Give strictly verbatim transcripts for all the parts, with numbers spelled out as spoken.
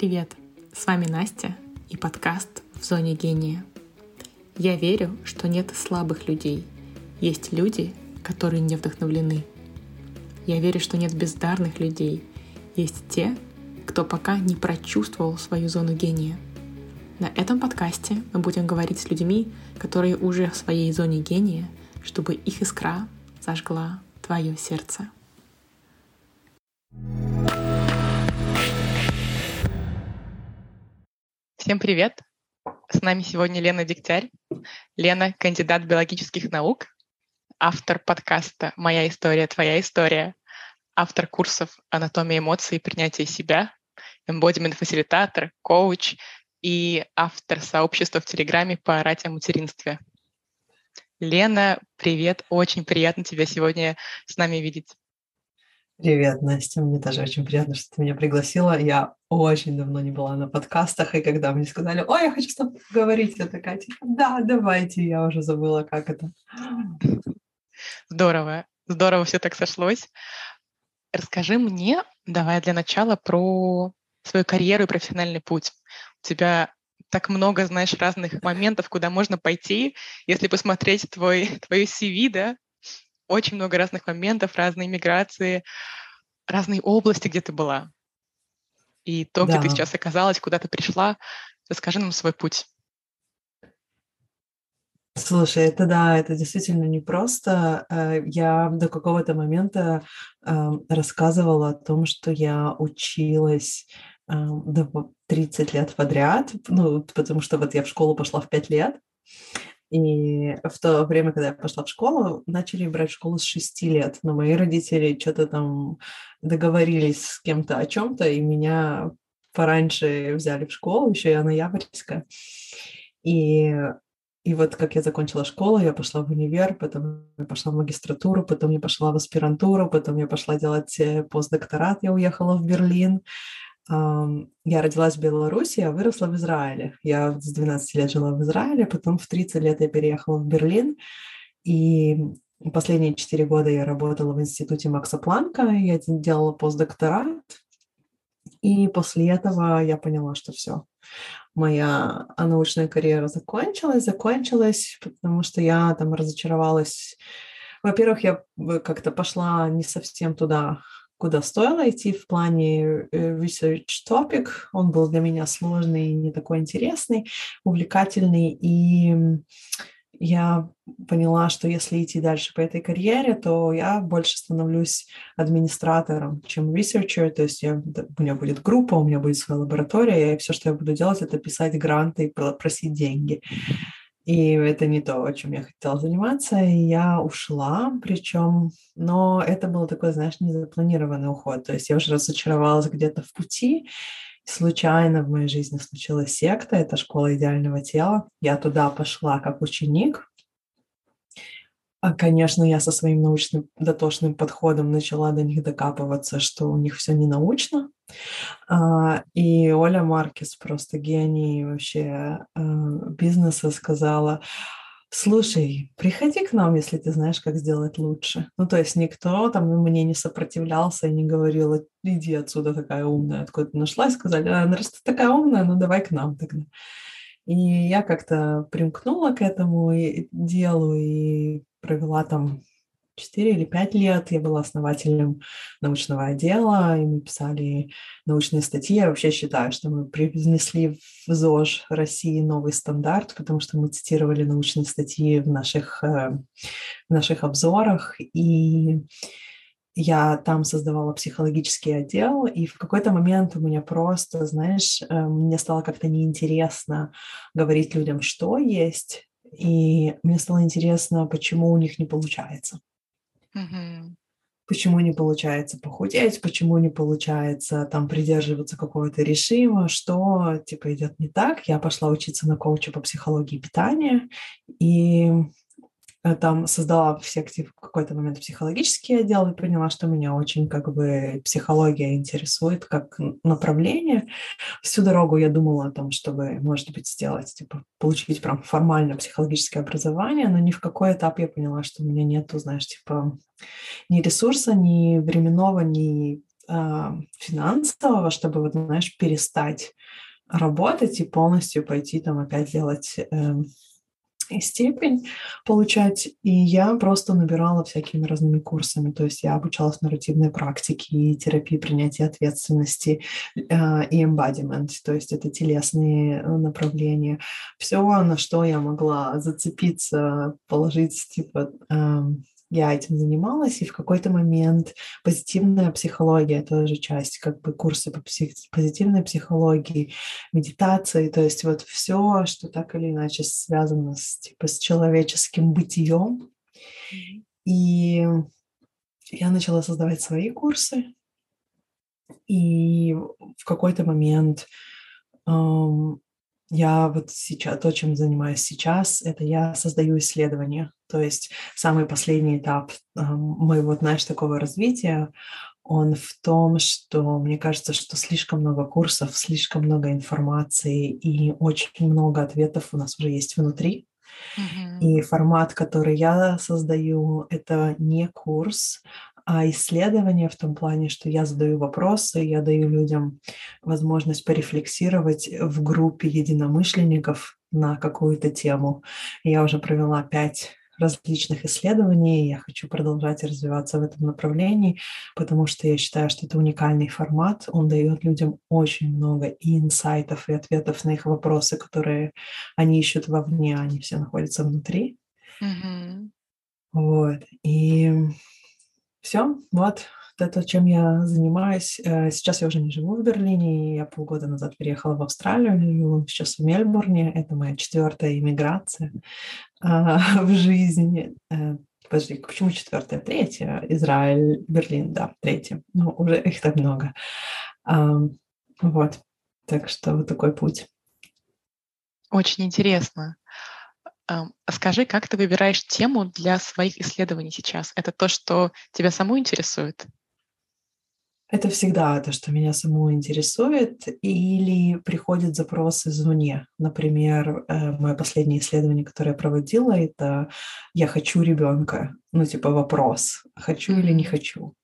привет! С вами Настя и подкаст «В зоне гения». Я верю, что нет слабых людей. Есть люди, которые не вдохновлены. Я верю, что нет бездарных людей. Есть те, кто пока не прочувствовал свою зону гения. На этом подкасте мы будем говорить с людьми, которые уже в своей зоне гения, чтобы их искра зажгла твое сердце. Всем привет! С нами сегодня Лена Дегтярь. Лена — кандидат биологических наук, автор подкаста «Моя история, твоя история», автор курсов «Анатомия эмоций и принятие себя», эмбодимент-фасилитатор, коуч и автор сообщества в Телеграме «Поорать о материнстве». Лена, привет! Очень приятно тебя сегодня с нами видеть. Привет, Настя. Мне тоже очень приятно, что ты меня пригласила. Я очень давно не была на подкастах, и когда мне сказали: «Ой, я хочу с тобой поговорить», я такая, типа, да, давайте. Я уже забыла, как это. Здорово. Здорово все так сошлось. Расскажи мне, давай для начала, про свою карьеру и профессиональный путь. У тебя так много, знаешь, разных моментов, куда можно пойти. Если посмотреть твой, твою си ви, да, очень много разных моментов, разные миграции, разные области, где ты была. И то, где Да. ты сейчас оказалась, куда ты пришла. Расскажи нам свой путь. Слушай, это да, это действительно непросто. Э, Я до какого-то момента э, рассказывала о том, что я училась э, да, вот тридцать лет подряд, ну, потому что вот я в школу пошла в пять лет, и в то время, когда я пошла в школу, начали брать в школу с шести лет, но мои родители что-то там договорились с кем-то о чем-то, и меня пораньше взяли в школу, еще я ноябрьская. И и вот как я закончила школу, я пошла в универ, потом я пошла в магистратуру, потом я пошла в аспирантуру, потом я пошла делать э, постдокторат, я уехала в Берлин. Ам, Я родилась в Беларуси, а выросла в Израиле. Я с двенадцати лет жила в Израиле, потом в тридцать лет я переехала в Берлин, и последние четыре года я работала в институте Макса Планка, я делала постдокторат, и после этого я поняла, что все. Моя научная карьера закончилась, закончилась, потому что я там разочаровалась. Во-первых, я как-то пошла не совсем туда, куда стоило идти в плане research topic. Он был для меня сложный, не такой интересный, увлекательный. И я поняла, что если идти дальше по этой карьере, то я больше становлюсь администратором, чем researcher. То есть я, у меня будет группа, у меня будет своя лаборатория, и все, что я буду делать, это писать гранты и просить деньги. И это не то, чем я хотела заниматься, и я ушла, причем, но это был такой, знаешь, незапланированный уход. То есть я уже разочаровалась где-то в пути. Случайно в моей жизни случилась секта, это школа идеального тела. Я туда пошла как ученик. А, конечно, я со своим научным дотошным подходом начала до них докапываться, что у них все не научно. А, И Оля Маркес, просто гений вообще э, бизнеса, сказала: слушай, приходи к нам, если ты знаешь, как сделать лучше. Ну, то есть никто там мне не сопротивлялся и не говорил: иди отсюда, такая умная. Откуда ты нашла? И сказали: а, ну, раз ты такая умная, ну, давай к нам тогда. И я как-то примкнула к этому и- делу и провела там четыре или пять лет. Я была основателем научного отдела, и мы писали научные статьи. Я вообще считаю, что мы привнесли в ЗОЖ России новый стандарт, потому что мы цитировали научные статьи в наших, э, в наших обзорах. И я там создавала психологический отдел, и в какой-то момент у меня просто, знаешь, э, мне стало как-то неинтересно говорить людям, что есть, и мне стало интересно, почему у них не получается. Мгм. Почему не получается похудеть, почему не получается там придерживаться какого-то режима, что типа идет не так. Я пошла учиться на коуча по психологии питания, и э, там создала в секте в какой-то момент психологический отдел и поняла, что меня очень как бы психология интересует как н- направление. Всю дорогу я думала о том, чтобы, может быть, сделать, типа, получить прям формально психологическое образование, но ни в какой этап я поняла, что у меня нету, знаешь, типа, ни ресурса, ни временного, ни а, финансового, чтобы, вот, знаешь, перестать работать и полностью пойти там опять делать э, и степень получать. И я просто набирала всякими разными курсами. То есть я обучалась нарративной практике и терапии принятия ответственности, э, и embodiment, то есть это телесные направления. Все, на что я могла зацепиться, положить, типа, э, я этим занималась, и в какой-то момент позитивная психология тоже часть, как бы курсы по псих- позитивной психологии, медитации, то есть вот все, что так или иначе связано с, типа, с человеческим бытием. Мгм. И я начала создавать свои курсы, и в какой-то момент ам, я вот сейчас, то, чем занимаюсь сейчас, это я создаю исследования. То есть самый последний этап ам, моего, знаешь, такого развития, он в том, что мне кажется, что слишком много курсов, слишком много информации и очень много ответов у нас уже есть внутри. Мгм. И формат, который я создаю, это не курс, а исследование в том плане, что я задаю вопросы, я даю людям возможность порефлексировать в группе единомышленников на какую-то тему. Я уже провела пять различных исследований, и я хочу продолжать развиваться в этом направлении, потому что я считаю, что это уникальный формат, он дает людям очень много и инсайтов, и ответов на их вопросы, которые они ищут вовне, они все находятся внутри. Мгм. Вот. И все, вот это, чем я занимаюсь. Э, Сейчас я уже не живу в Берлине, я полгода назад переехала в Австралию, живу сейчас в Мельбурне. Это моя четвертая иммиграция а, в жизни. Э, Подожди, почему четвертая? Третья. Израиль, Берлин, да, третья. Ну, уже их так много. Ам, Вот. Так что вот такой путь. Очень интересно. Ам, а скажи, как ты выбираешь тему для своих исследований сейчас? Это то, что тебя саму интересует? Это всегда то, что меня саму интересует, или приходят запросы извне. Например, э, мое последнее исследование, которое я проводила, это «я хочу ребенка», ну типа вопрос «хочу или не Мгм. хочу?».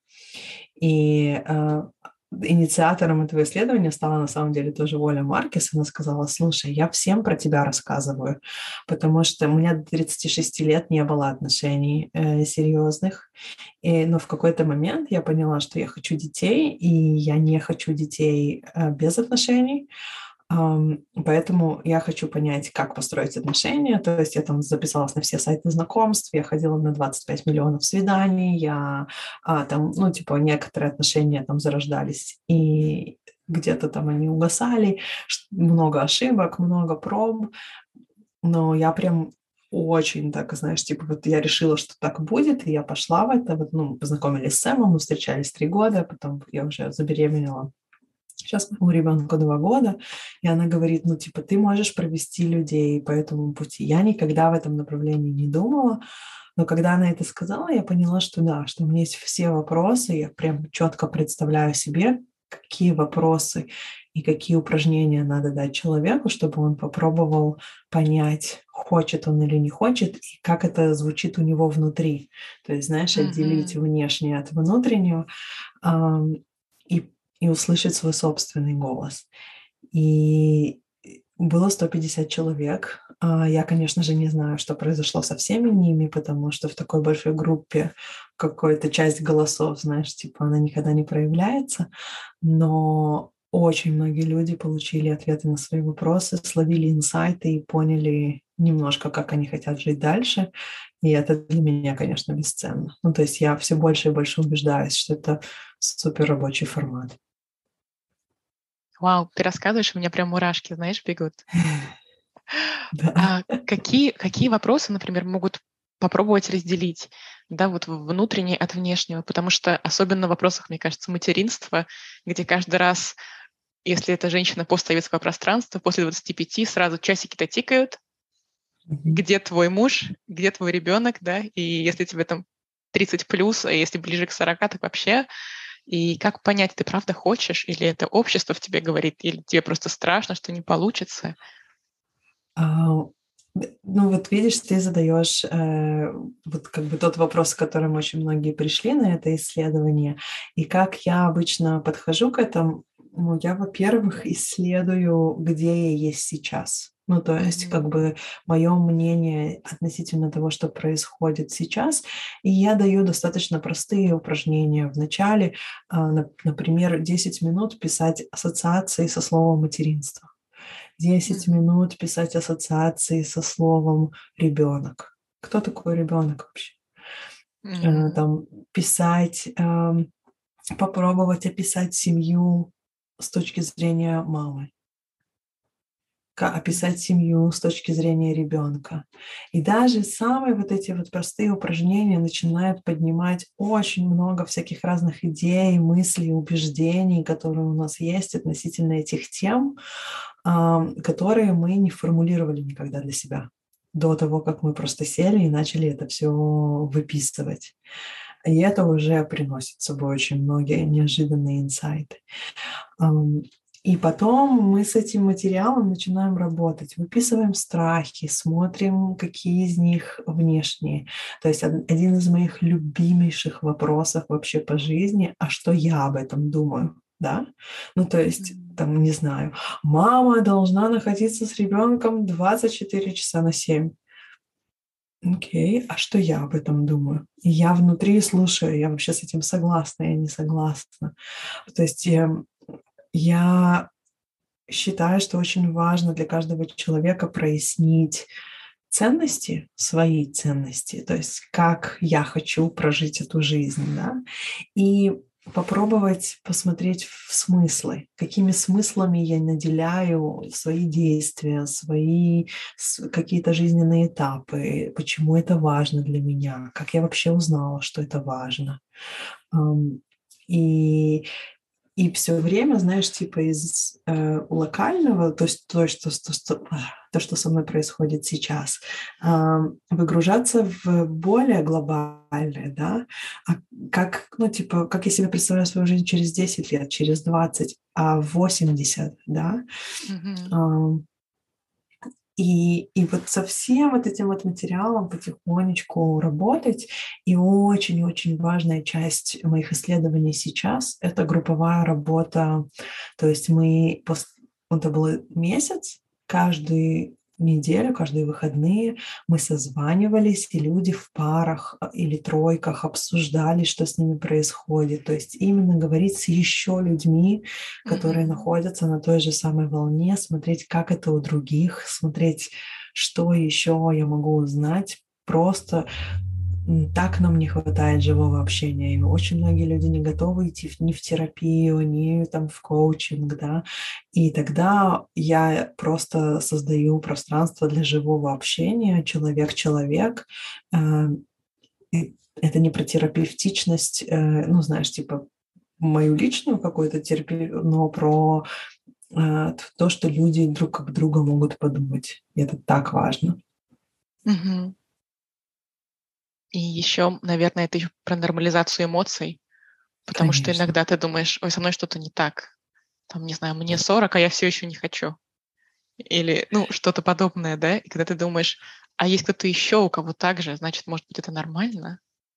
И э, инициатором этого исследования стала на самом деле тоже Оля Маркес. Она сказала: слушай, я всем про тебя рассказываю, потому что у меня до тридцати шести лет не было отношений э, серьезных. И, но в какой-то момент я поняла, что я хочу детей, и я не хочу детей э, без отношений. Ам, Поэтому я хочу понять, как построить отношения. То есть я там записалась на все сайты знакомств, я ходила на двадцать пять миллионов свиданий, я а, там, ну, типа, некоторые отношения там зарождались, и где-то там они угасали, ш- много ошибок, много проб, но я прям очень так, знаешь, типа, вот я решила, что так будет, и я пошла в это. Вот, ну, познакомились с Сэмом, мы встречались три года, потом я уже забеременела. Сейчас моему ребенку два года, и она говорит, ну, типа, ты можешь провести людей по этому пути. Я никогда в этом направлении не думала, но когда она это сказала, я поняла, что да, что у меня есть все вопросы, я прям четко представляю себе, какие вопросы и какие упражнения надо дать человеку, чтобы он попробовал понять, хочет он или не хочет, и как это звучит у него внутри. То есть, знаешь, отделить Мгм. внешнее от внутреннего, ам, и и услышать свой собственный голос. И было сто пятьдесят человек. А, Я, конечно же, не знаю, что произошло со всеми ними, потому что в такой большой группе какая-то часть голосов, знаешь, типа она никогда не проявляется. Но очень многие люди получили ответы на свои вопросы, словили инсайты и поняли немножко, как они хотят жить дальше. И это для меня, конечно, бесценно. Ну, то есть я все больше и больше убеждаюсь, что это супер рабочий формат. Вау, ты рассказываешь, у меня прям мурашки, знаешь, бегут. Да. А какие, какие вопросы, например, могут попробовать разделить, да, вот в- внутреннее от внешнего? Потому что особенно в вопросах, мне кажется, материнства, где каждый раз, если это женщина постсоветского пространства, после двадцати пяти сразу часики-то тикают, Мгм. где твой муж, где твой ребенок, да, и если тебе там тридцать плюс, а если ближе к сорока, так вообще. И как понять, ты правда хочешь, или это общество в тебе говорит, или тебе просто страшно, что не получится? А, Ну вот видишь, ты задаешь э, вот как бы тот вопрос, с которым очень многие пришли на это исследование. И как я обычно подхожу к этому, ну, я, во-первых, исследую, где я есть сейчас. Ну, то есть, как Мгм. бы мое мнение относительно того, что происходит сейчас. И я даю достаточно простые упражнения в начале. А, нап- например, десять минут писать ассоциации со словом материнство. Десять Мгм. минут писать ассоциации со словом ребенок. Кто такой ребенок вообще? Э, Мгм. Там писать, эм, попробовать описать семью с точки зрения мамы, ка- описать Мгм. семью с точки зрения ребенка. И даже самые вот эти вот простые упражнения начинают поднимать очень много всяких разных идей, мыслей, убеждений, которые у нас есть относительно этих тем, ам, которые мы не формулировали никогда для себя до того, как мы просто сели и начали это все выписывать. И это уже приносит с собой очень многие неожиданные инсайты. Ам, И потом мы с этим материалом начинаем работать, выписываем страхи, смотрим, какие из них внешние. То есть од- один из моих любимейших вопросов вообще по жизни, а что я об этом думаю, да? Ну, то есть, Мгм. там, не знаю, мама должна находиться с ребенком двадцать четыре часа на семь. Окей, а что я об этом думаю? И я внутри слушаю, я вообще с этим согласна, я не согласна. То есть эм, я считаю, что очень важно для каждого человека прояснить ценности, свои ценности, то есть как я хочу прожить эту жизнь, да, и попробовать посмотреть в смыслы, какими смыслами я наделяю свои действия, свои с- какие-то жизненные этапы, почему это важно для меня, как я вообще узнала, что это важно. Ам, И и все время, знаешь, типа из, э, локального, то есть то, что то, что то, что со мной происходит сейчас, ам, выгружаться в более глобальное, да. А как, ну, типа, как я себе представляю свою жизнь через десять лет, через двадцать, а в восемьдесят, да. Мгм. Ам, и и вот со всем вот этим вот материалом потихонечку работать. И очень-очень важная часть моих исследований сейчас — это групповая работа. То есть мы пос это был месяц, каждую неделю, каждые выходные мы созванивались, и люди в парах, а, или тройках обсуждали, что с ними происходит. То есть именно говорить с еще людьми, которые Мгм. находятся на той же самой волне, смотреть, как это у других, смотреть, что еще я могу узнать. Просто м, так нам не хватает живого общения. И очень многие люди не готовы идти в- ни в терапию, ни там в коучинг, да. И тогда я просто создаю пространство для живого общения, человек-человек. Э, и это не про терапевтичность, э, ну, знаешь, типа мою личную какую-то терапию, но про а, т то, что люди друг как друга могут подумать. И это так важно. Мгм. И еще, наверное, это еще про нормализацию эмоций, потому что Конечно. иногда ты думаешь: "Ой, со мной что-то не так". Там, не знаю, мне сорок, а я все еще не хочу. Или, ну, что-то подобное, да? И когда ты думаешь: "А есть кто-то еще, у кого так же, значит, может быть, это нормально?"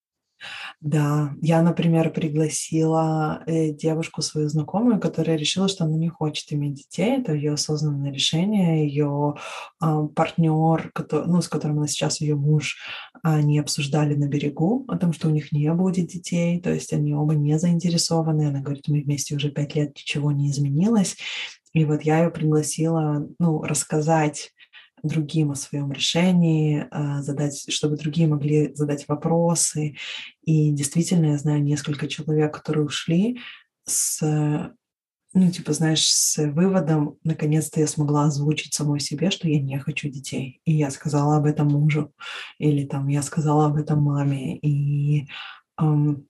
Да, я, например, пригласила, э, девушку свою знакомую, которая решила, что она не хочет иметь детей. Это ее осознанное решение. Ее, а, партнер, кото ну, с которым она сейчас, ее муж, они обсуждали на берегу о том, что у них не будет детей. То есть они оба не заинтересованы. Она говорит: "Мы вместе уже пять лет, ничего не изменилось". И вот я ее пригласила, ну, рассказать другим о своем решении, а, задать, чтобы другие могли задать вопросы. И действительно, я знаю несколько человек, которые ушли с, э, ну, типа, знаешь, с выводом: "Наконец-то я смогла озвучить самой себе, что я не хочу детей". И я сказала об этом мужу, или там я сказала об этом маме. И, ам,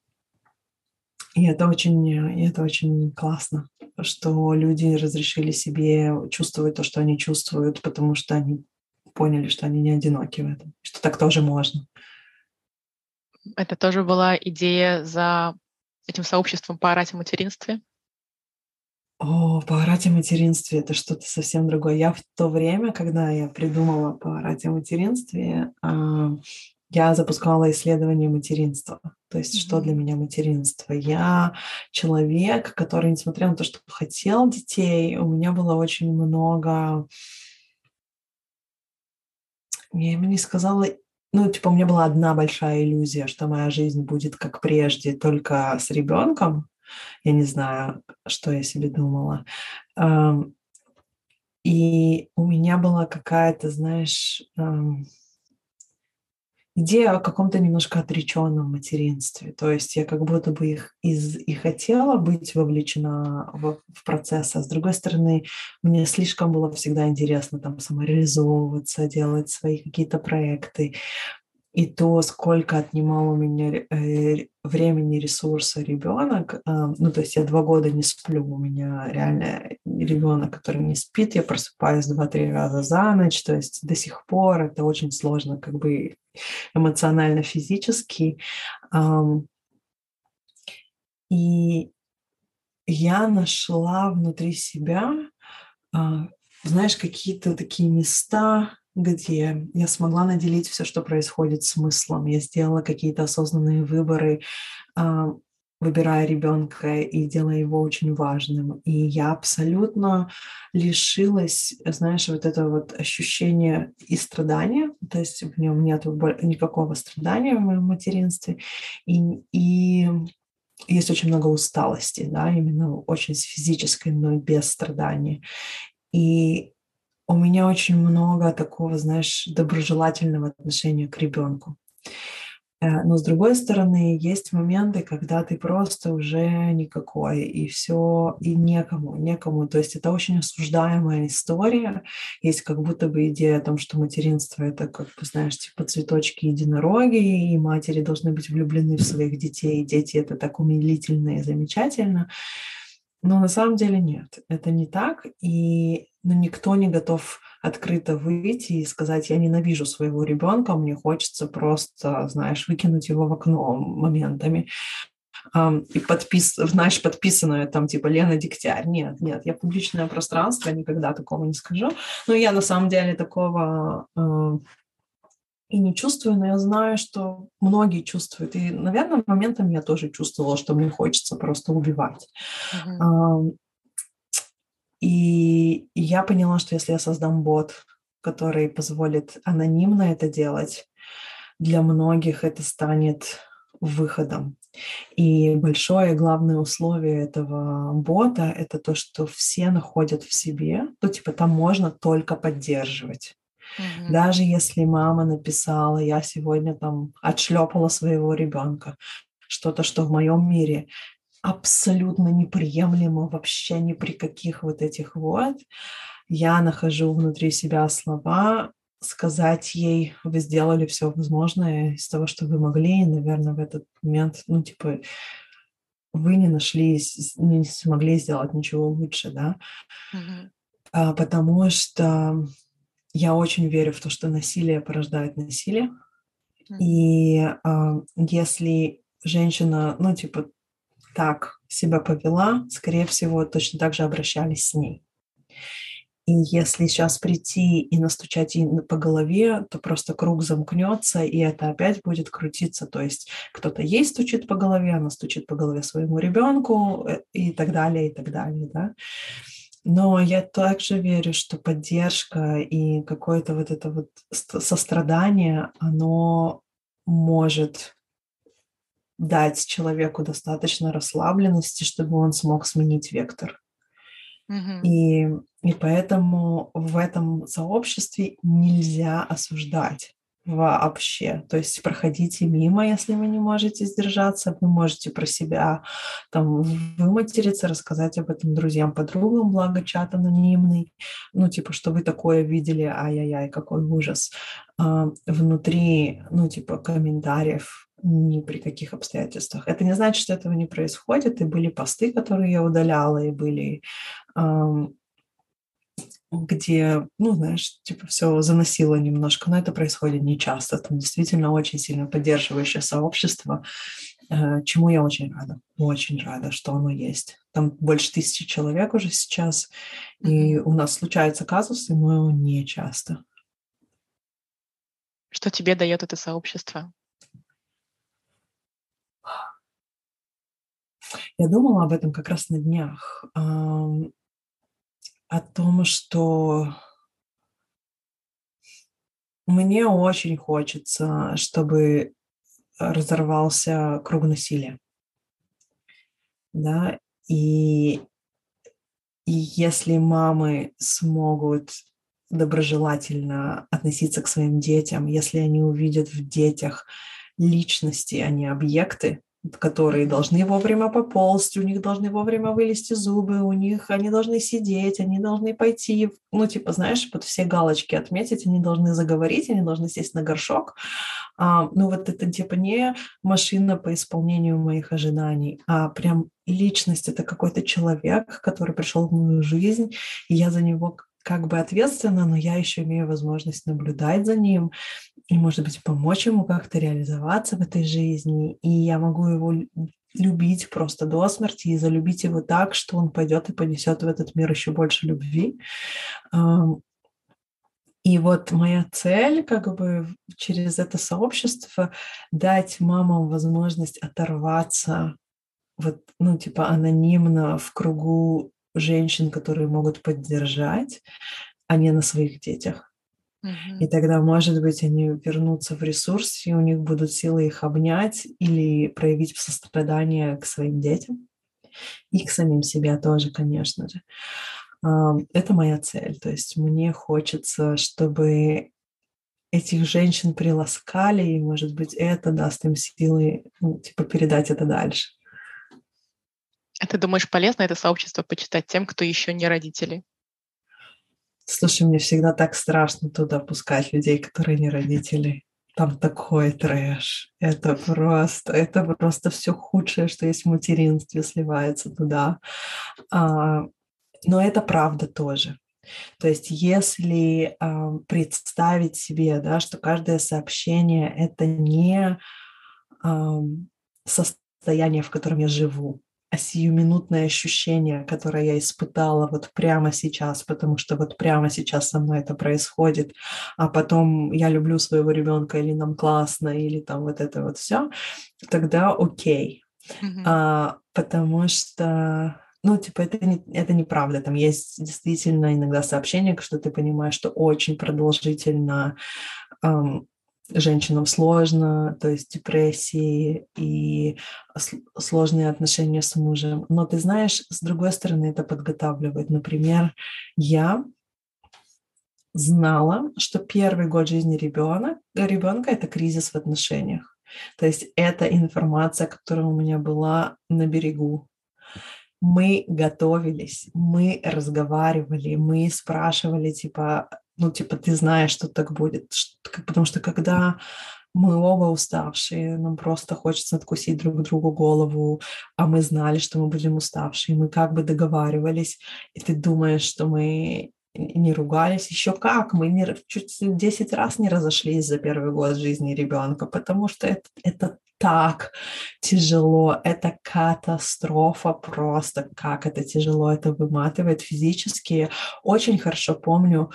и это очень, э, и это очень классно, что люди разрешили себе чувствовать то, что они чувствуют, потому что они поняли, что они не одиноки в этом, что так тоже можно. Это тоже была идея за этим сообществом "Поорать о материнстве"? О, поорать о материнстве — это что-то совсем другое. Я в то время, когда я придумала поорать о материнстве, а, я запускала исследование материнства. То есть что для Мгм. меня материнство? Я человек, который, несмотря на то, что хотел детей, у меня было очень много, я бы не сказала, ну, типа, у меня была одна большая иллюзия, что моя жизнь будет как прежде, только с ребенком. Я не знаю, что я себе думала. Ам, И у меня была какая-то, знаешь, ам, идея о каком-то немножко отреченном материнстве. То есть я как будто бы их из и хотела быть вовлечена в в процесс, а с другой стороны, мне слишком было всегда интересно там самореализовываться, делать свои какие-то проекты. И то, сколько отнимал у меня ре э, времени, ресурса ребенок, а, ну, то есть я два года не сплю, у меня реально ребенок, который не спит, я просыпаюсь два-три раза за ночь, то есть до сих пор это очень сложно как бы эмоционально, физически. Ам, и я нашла внутри себя, а, знаешь, какие-то такие места, где я смогла наделить все, что происходит, смыслом. Я сделала какие-то осознанные выборы, а, выбирая ребенка и делая его очень важным. И я абсолютно лишилась, знаешь, вот этого вот ощущения и страдания, то есть в нем нет никакого страдания в моем материнстве, и, и есть очень много усталости, да, именно очень физической, но без страдания. И у меня очень много такого, знаешь, доброжелательного отношения к ребенку. Э, но с другой стороны, есть моменты, когда ты просто уже никакой, и все, и некому, некому. То есть это очень осуждаемая история. Есть как будто бы идея о том, что материнство — это, как бы, знаешь, типа цветочки единороги, и матери должны быть влюблены в своих детей, и дети — это так умилительно и замечательно. Но на самом деле нет, это не так, и, ну, никто не готов открыто выйти и сказать: "Я ненавижу своего ребенка, мне хочется просто, знаешь, выкинуть его в окно моментами". Ам, и подпис знаешь, подписанное там типа Лена Дегтярь. Нет, нет, я публичное пространство, никогда такого не скажу. Но я на самом деле такого, э, и не чувствую, но я знаю, что многие чувствуют. И, наверное, моментами я тоже чувствовала, что мне хочется просто убивать. Мгм. Ам И я поняла, что если я создам бот, который позволит анонимно это делать, для многих это станет выходом. И большое главное условие этого бота — это то, что все находят в себе, ну, типа, там можно только поддерживать. Мгм. Даже если мама написала: "Я сегодня там отшлепала своего ребенка", что-то, что в моем мире абсолютно неприемлемо вообще ни при каких вот этих вот. Я нахожу внутри себя слова сказать ей: "Вы сделали все возможное из того, что вы могли". И, наверно, в этот момент, ну, типа, вы не нашли, с не смогли сделать ничего лучше, да. Мгм. А, потому что я очень верю в то, что насилие порождает насилие. Мгм. И, а, если женщина, ну, типа, так себя повела, скорее всего, точно так же обращались с ней. И если сейчас прийти и настучать ей по голове, то просто круг замкнется, и это опять будет крутиться. То есть кто-то ей стучит по голове, она стучит по голове своему ребенку, э, и так далее, и так далее, да. Но я также верю, что поддержка и какое-то вот это вот ст сострадание, оно может дать человеку достаточно расслабленности, чтобы он смог сменить вектор. Мгм. И, и поэтому в этом сообществе нельзя осуждать вообще. То есть проходите мимо, если вы не можете сдержаться, вы можете про себя там выматериться, рассказать об этом друзьям, подругам, благо чат анонимный, ну типа, что вы такое видели, ай-яй-яй, какой ужас. А, внутри, ну типа, комментариев ни при каких обстоятельствах. Это не значит, что этого не происходит, и были посты, которые я удаляла, и были ам, где, ну, знаешь, типа все заносило немножко, но это происходит нечасто. Там действительно очень сильно поддерживающее сообщество. чему я очень рада, очень рада, что оно есть. Там больше тысячи человек уже сейчас, и у нас случаются казусы, но не часто. Что тебе дает это сообщество? Я думала об этом как раз на днях, о том, что мне очень хочется, чтобы разорвался круг насилия. Да, и, и если мамы смогут доброжелательно относиться к своим детям, если они увидят в детях личности, а не объекты, которые должны вовремя поползти, у них должны вовремя вылезти зубы, у них они должны сидеть, они должны пойти, ну, типа, знаешь, под все галочки отметить, они должны заговорить, они должны сесть на горшок. А, ну, вот это, типа, не машина по исполнению моих ожиданий, а прям личность, это какой-то человек, который пришел в мою жизнь, и я за него как бы ответственна, но я еще имею возможность наблюдать за ним и, может быть, помочь ему как-то реализоваться в этой жизни. И я могу его любить просто до смерти и залюбить его так, что он пойдет и понесет в этот мир еще больше любви. И вот моя цель, как бы через это сообщество дать мамам возможность оторваться вот, ну, типа анонимно в кругу женщин, которые могут поддержать, а не на своих детях. Mm-hmm. И тогда, может быть, они вернутся в ресурс, и у них будут силы их обнять или проявить сострадание к своим детям и к самим себе тоже, конечно же. Это моя цель. То есть мне хочется, чтобы этих женщин приласкали, и, может быть, это даст им силы, ну, типа, передать это дальше. А ты думаешь, полезно это сообщество почитать тем, кто еще не родители? Слушай, мне всегда так страшно туда пускать людей, которые не родители. Там такой трэш. Это просто, это просто все худшее, что есть в материнстве, сливается туда. А, но это правда тоже. То есть если а, представить себе, да, что каждое сообщение — это не а, состояние, в котором я живу, а сиюминутное ощущение, которое я испытала вот прямо сейчас, потому что вот прямо сейчас со мной это происходит, а потом я люблю своего ребенка, или нам классно, или там вот это вот все, тогда окей. Mm-hmm. А, потому что, ну, типа, это, не, это неправда. Там есть действительно иногда сообщения, что ты понимаешь, что очень продолжительно эм, женщинам сложно, то есть депрессии и сложные отношения с мужем. Но ты знаешь, с другой стороны, это подготавливает. Например, я знала, что первый год жизни ребенка, ребенка – это кризис в отношениях. То есть это информация, которая у меня была на берегу. Мы готовились, мы разговаривали, мы спрашивали, типа, ну, типа, ты знаешь, что так будет. Потому что когда мы оба уставшие, нам просто хочется откусить друг другу голову, а мы знали, что мы будем уставшие, мы как бы договаривались, и ты думаешь, что мы не ругались. Еще как, мы не, чуть десять раз не разошлись за первый год жизни ребенка, потому что это, это так тяжело, это катастрофа просто, как это тяжело, это выматывает физически. Очень хорошо помню,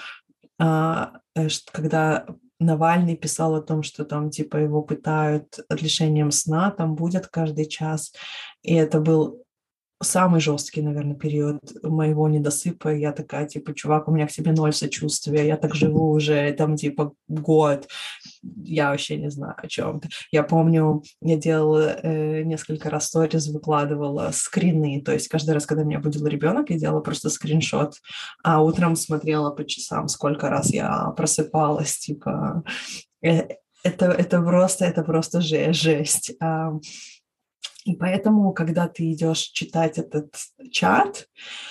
когда Навальный писал о том, что там типа его пытают лишением сна, там будет каждый час, и это был самый жесткий, наверное, период моего недосыпа. Я такая, типа, чувак, у меня к тебе ноль сочувствия, я так живу уже, там, типа, год. Я вообще не знаю о чем. Я помню, я делала э, несколько раз сторис, выкладывала скрины, то есть каждый раз, когда меня будил ребенок, я делала просто скриншот, а утром смотрела по часам, сколько раз я просыпалась, типа, э, это, это просто, это просто жесть. И поэтому, когда ты идешь читать этот чат,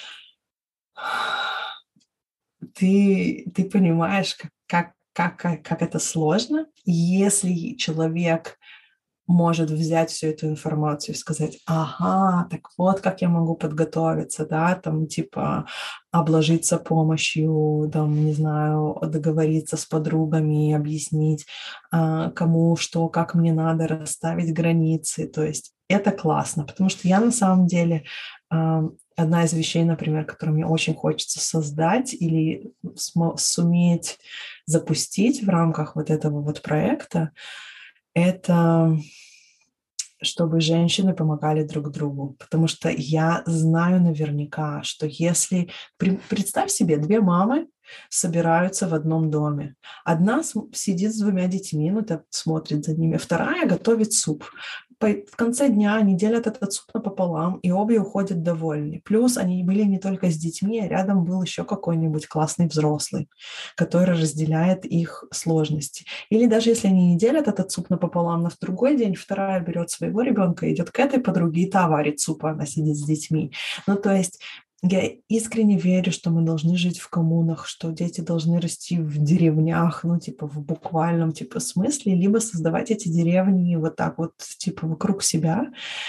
ты, ты понимаешь, как, как, как, как это сложно. И если человек может взять всю эту информацию и сказать, ага, так вот как я могу подготовиться, да, там типа обложиться помощью, там, не знаю, договориться с подругами, объяснить, а, кому что, как мне надо, расставить границы. То есть это классно, потому что я на самом деле а, одна из вещей, например, которую мне очень хочется создать или см- суметь запустить в рамках вот этого вот проекта, это чтобы женщины помогали друг другу. Потому что я знаю наверняка, что если... Представь себе, две мамы собираются в одном доме. Одна сидит с двумя детьми, ну, так смотрит за ними, вторая готовит суп. В конце дня они делят этот суп напополам, и обе уходят довольны. Плюс они были не только с детьми, а рядом был еще какой-нибудь классный взрослый, который разделяет их сложности. Или даже если они не делят этот суп напополам, на другой день вторая берет своего ребенка, идет к этой подруге, и та варит суп, а она сидит с детьми. Ну, то есть я искренне верю, что мы должны жить в коммунах, что дети должны расти в деревнях, ну, типа, в буквальном, типа, смысле, либо создавать эти деревни вот так вот, типа, вокруг себя.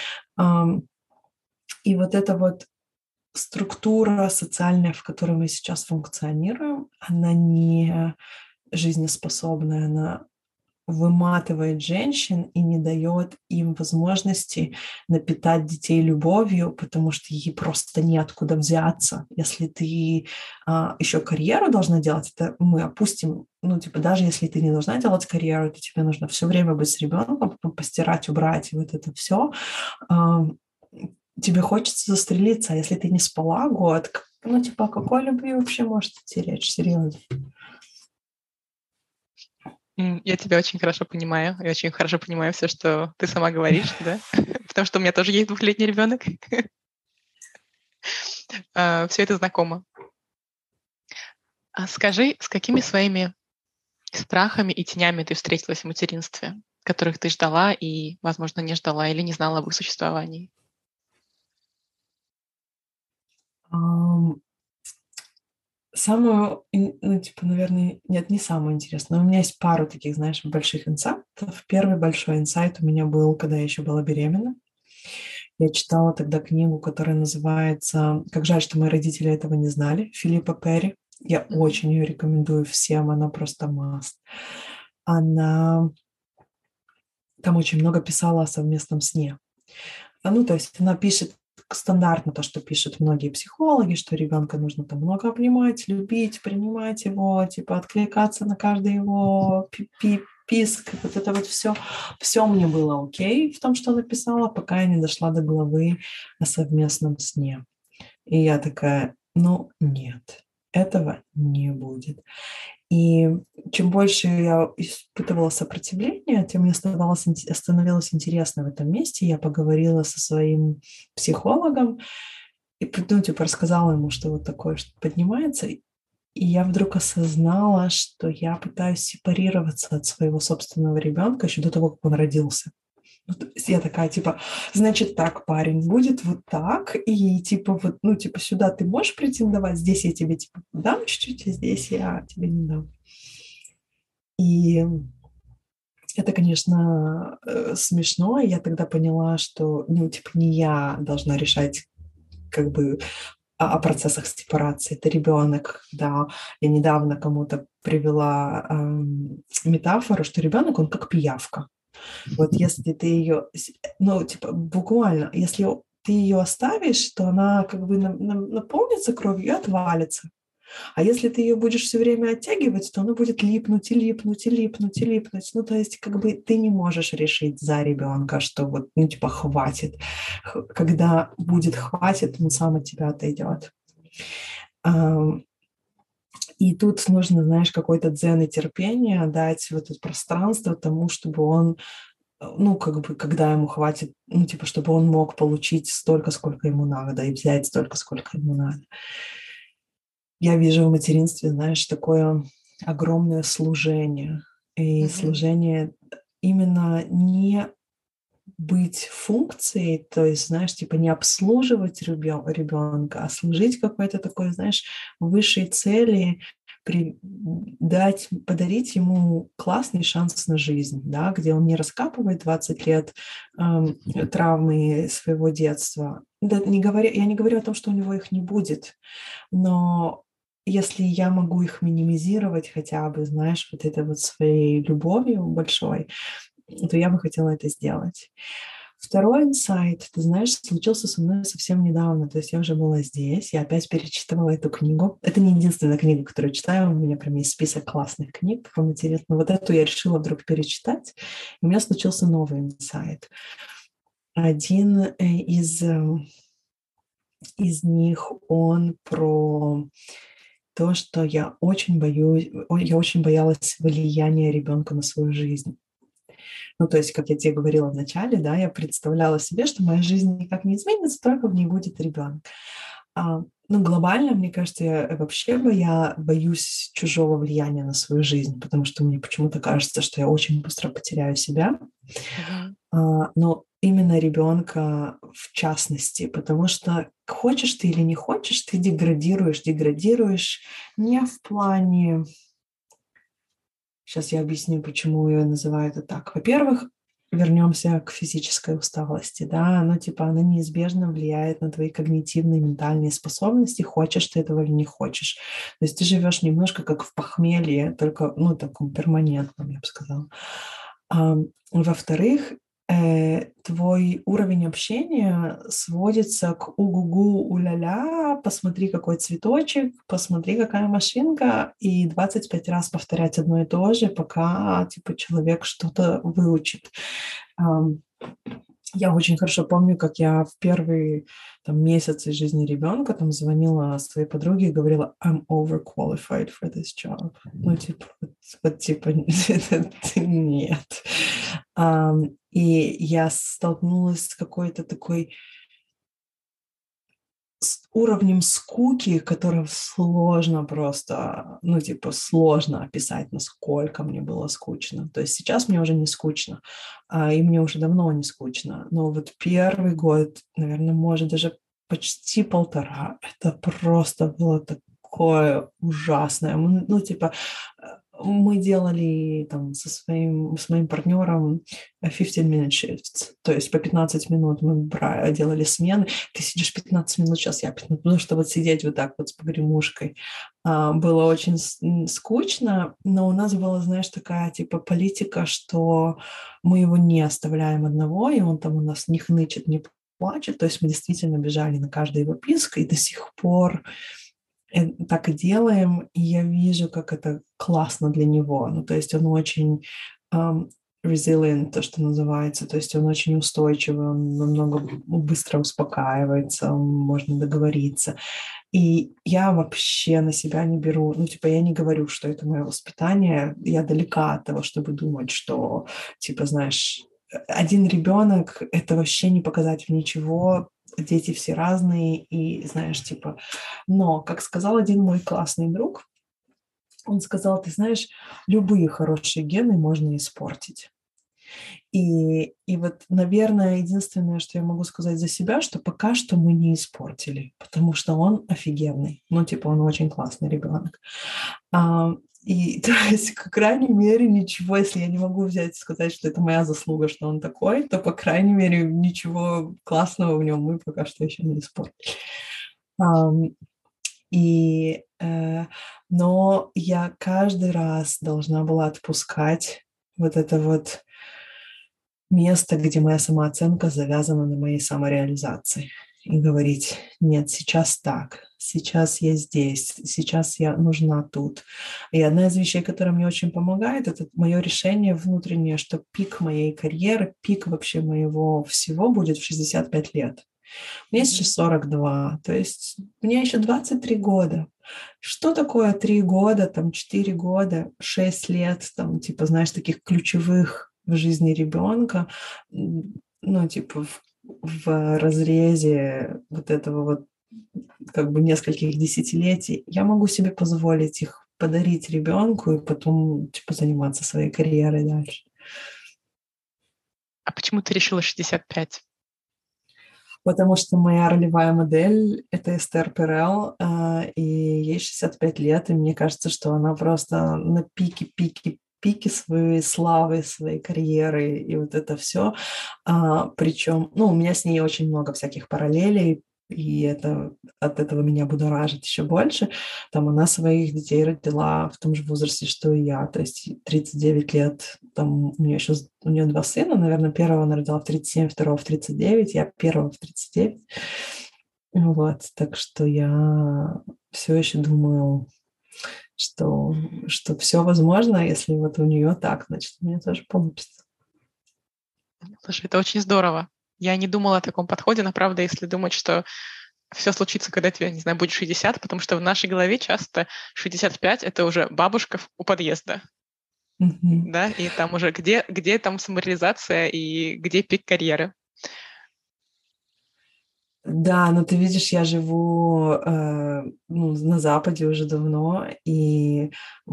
И вот эта вот структура социальная, в которой мы сейчас функционируем, она не жизнеспособная, она выматывает женщин и не дает им возможности напитать детей любовью, потому что ей просто неоткуда взяться. Если ты а, еще карьеру должна делать, это мы опустим, ну, типа, даже если ты не должна делать карьеру, то тебе нужно все время быть с ребенком, постирать, убрать, и вот это все. А, тебе хочется застрелиться, а если ты не спала год, ну, типа, о какой любви вообще может идти речь? Серьезно. Я тебя очень хорошо понимаю. Я очень хорошо понимаю все, что ты сама говоришь, да? Потому что у меня тоже есть двухлетний ребенок. Все это знакомо. А скажи, с какими своими страхами и тенями ты встретилась в материнстве, которых ты ждала и, возможно, не ждала или не знала об их существовании? Самую, ну, типа, наверное, нет, не самое интересное, но у меня есть пару таких, знаешь, больших инсайтов. Первый большой инсайт у меня был, когда я еще была беременна. Я читала тогда книгу, которая называется «Как жаль, что мои родители этого не знали», Филиппа Перри. Я mm-hmm. очень ее рекомендую всем, она просто must. Она там очень много писала о совместном сне. Ну, то есть она пишет стандартно то, что пишут многие психологи, что ребенка нужно там много обнимать, любить, принимать его, типа откликаться на каждый его писк, вот это вот все. Все мне было окей в том, что она писала, пока я не дошла до главы о совместном сне. И я такая, ну нет, этого не будет. И чем больше я испытывала сопротивление, тем мне становилось, становилось интересно в этом месте. Я поговорила со своим психологом и, ну, типа, рассказала ему, что вот такое что поднимается. И я вдруг осознала, что я пытаюсь сепарироваться от своего собственного ребенка еще до того, как он родился. Ну, то есть я такая, типа, значит так, парень, будет вот так, и типа вот, ну, типа, сюда ты можешь претендовать, здесь я тебе, типа, дам чуть-чуть, а здесь я тебе не дам. И это, конечно, смешно, и я тогда поняла, что, ну, типа, не я должна решать, как бы, о, о процессах сепарации, это ребенок, да. Я недавно кому-то привела эм, метафору, что ребенок, он как пиявка. Вот если ты ее, ну, типа, буквально, если ты ее оставишь, то она как бы наполнится кровью и отвалится. А если ты ее будешь все время оттягивать, то она будет липнуть и липнуть и липнуть и липнуть. Ну, то есть как бы ты не можешь решить за ребенка, что вот, ну, типа, хватит. Когда будет хватит, он сам от тебя отойдет. И тут нужно, знаешь, какой-то дзен и терпение дать вот это пространство тому, чтобы он, ну, как бы, когда ему хватит, ну, типа, чтобы он мог получить столько, сколько ему надо, и взять столько, сколько ему надо. Я вижу в материнстве, знаешь, такое огромное служение. И mm-hmm. служение именно не быть функцией, то есть, знаешь, типа не обслуживать ребенка, а служить какой-то такой, знаешь, высшей цели, при, дать, подарить ему классный шанс на жизнь, да, где он не раскапывает двадцать лет э, травмы своего детства. Да, не говоря, я не говорю о том, что у него их не будет, но если я могу их минимизировать хотя бы, знаешь, вот этой вот своей любовью большой, то я бы хотела это сделать. Второй инсайт, ты знаешь, случился со мной совсем недавно. То есть я уже была здесь, я опять перечитывала эту книгу. Это не единственная книга, которую читаю. У меня прям есть список классных книг. Вам интересно, вот эту я решила вдруг перечитать. И у меня случился новый инсайт. Один из, из них, он про то, что я очень боюсь, я очень боялась влияния ребенка на свою жизнь. Ну, то есть, как я тебе говорила в начале, да, я представляла себе, что моя жизнь никак не изменится, только в ней будет ребенок. А, ну, глобально, мне кажется, я вообще бы, я боюсь чужого влияния на свою жизнь, потому что мне почему-то кажется, что я очень быстро потеряю себя. Мгм. А, но именно ребенка в частности, потому что хочешь ты или не хочешь, ты деградируешь, деградируешь не в плане... Сейчас я объясню, почему я называю это так. Во-первых, вернемся к физической усталости, да, ну, типа, она неизбежно влияет на твои когнитивные, ментальные способности, хочешь ты этого или не хочешь. То есть ты живешь немножко как в похмелье, только, ну, таком перманентном, я бы сказала. А, во-вторых, э, твой уровень общения сводится к у-гу-гу, у-ля-ля, посмотри, какой цветочек, посмотри, какая машинка, и двадцать пять раз повторять одно и то же, пока, типа, человек что-то выучит. Я очень хорошо помню, как я в первые там, месяцы жизни ребенка там звонила своей подруге и говорила: I'm overqualified for this job. Ну, типа, вот, вот типа, нет. Um, и я столкнулась с какой-то такой с уровнем скуки, которым сложно просто, ну, типа, сложно описать, насколько мне было скучно. То есть сейчас мне уже не скучно, а, и мне уже давно не скучно. Но вот первый год, наверное, может, даже почти полтора, это просто было такое ужасное. Мы, ну, типа, мы делали там со своим, с моим партнером fifteen-minute shifts, то есть по пятнадцать минут мы брали, делали смены. Ты сидишь пятнадцать минут, сейчас я пятнадцать минут, чтобы вот сидеть вот так вот с погремушкой. А, было очень скучно, но у нас была, знаешь, такая типа политика, что мы его не оставляем одного, и он там у нас не хнычет, не плачет, то есть мы действительно бежали на каждый его писк, и до сих пор так и делаем, и я вижу, как это классно для него. Ну, то есть он очень um, resilient, то, что называется, то есть он очень устойчивый, он намного быстро успокаивается, можно договориться. И я вообще на себя не беру, ну, типа, я не говорю, что это мое воспитание, я далека от того, чтобы думать, что, типа, знаешь, один ребенок — это вообще не показатель ничего, дети все разные, и, знаешь, типа... Но, как сказал один мой классный друг, он сказал: ты знаешь, любые хорошие гены можно испортить. И, и вот, наверное, единственное, что я могу сказать за себя, что пока что мы не испортили, потому что он офигенный. Ну, типа, он очень классный ребенок. А, и, то есть, по крайней мере, ничего, если я не могу взять и сказать, что это моя заслуга, что он такой, то, по крайней мере, ничего классного в нем мы пока что еще не испортили. Um, и, э, но я каждый раз должна была отпускать вот это вот место, где моя самооценка завязана на моей самореализации. И говорить: нет, сейчас так, сейчас я здесь, сейчас я нужна тут. И одна из вещей, которая мне очень помогает, это мое решение внутреннее, что пик моей карьеры, пик вообще моего всего будет в шестьдесят пять лет. Мне сейчас сорок два, то есть мне еще двадцать три года. Что такое три года, там четыре года, шесть лет, там, типа, знаешь, таких ключевых в жизни ребенка, ну, типа, в, в разрезе вот этого вот как бы нескольких десятилетий, я могу себе позволить их подарить ребенку и потом, типа, заниматься своей карьерой дальше. А почему ты решила шестьдесят пять? Потому что моя ролевая модель — это Эстер Перел, и ей шестьдесят пять лет, и мне кажется, что она просто на пике-пике пике своей славы, своей карьеры и вот это все. А, причем, ну, у меня с ней очень много всяких параллелей, и это от этого меня будоражит еще больше. Там она своих детей родила в том же возрасте, что и я, то есть тридцать девять лет. Там у нее еще у нее два сына, наверное, первого она родила в тридцать семь, второго в тридцать девять, я первого в тридцать девять. Вот, так что я все еще думаю, что, что все возможно, если вот у нее так, значит, у меня тоже получится. Слушай, это очень здорово. Я не думала о таком подходе, но правда, если думать, что все случится, когда тебе, не знаю, будет шестьдесят, потому что в нашей голове часто шестьдесят пять — это уже бабушка у подъезда. Mm-hmm. Да, и там уже где, где там самореализация и где пик карьеры. Да, но ты видишь, я живу э, ну, на Западе уже давно, и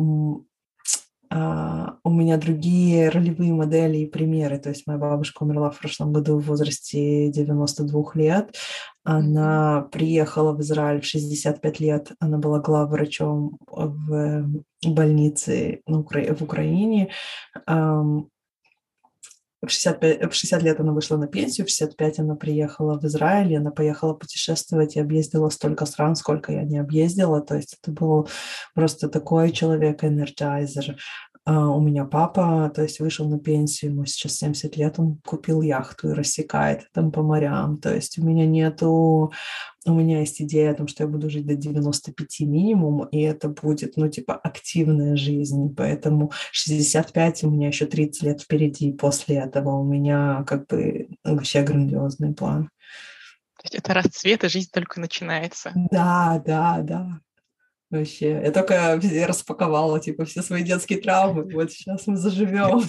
Uh, у меня другие ролевые модели и примеры. То есть моя бабушка умерла в прошлом году в возрасте девяноста двух лет. Она mm-hmm. приехала в Израиль в шестьдесят пять лет. Она была главврачом в больнице в Украине. Um, В шестьдесят пять, в шестьдесят лет она вышла на пенсию, в шестьдесят пять она приехала в Израиль, она поехала путешествовать и объездила столько стран, сколько я не объездила. То есть это был просто такой человек-энерджайзер. Uh, у меня папа, то есть вышел на пенсию, ему сейчас семьдесят лет, он купил яхту и рассекает там по морям. То есть у меня нету... У меня есть идея о том, что я буду жить до девяноста пяти минимум, и это будет, ну, типа, активная жизнь. Поэтому шестьдесят пять, у меня еще тридцать лет впереди, и после этого у меня как бы вообще грандиозный план. То есть это расцвет, и жизнь только начинается. Да, да, да. Вообще, я только распаковала, типа, все свои детские травмы. Вот сейчас мы заживем.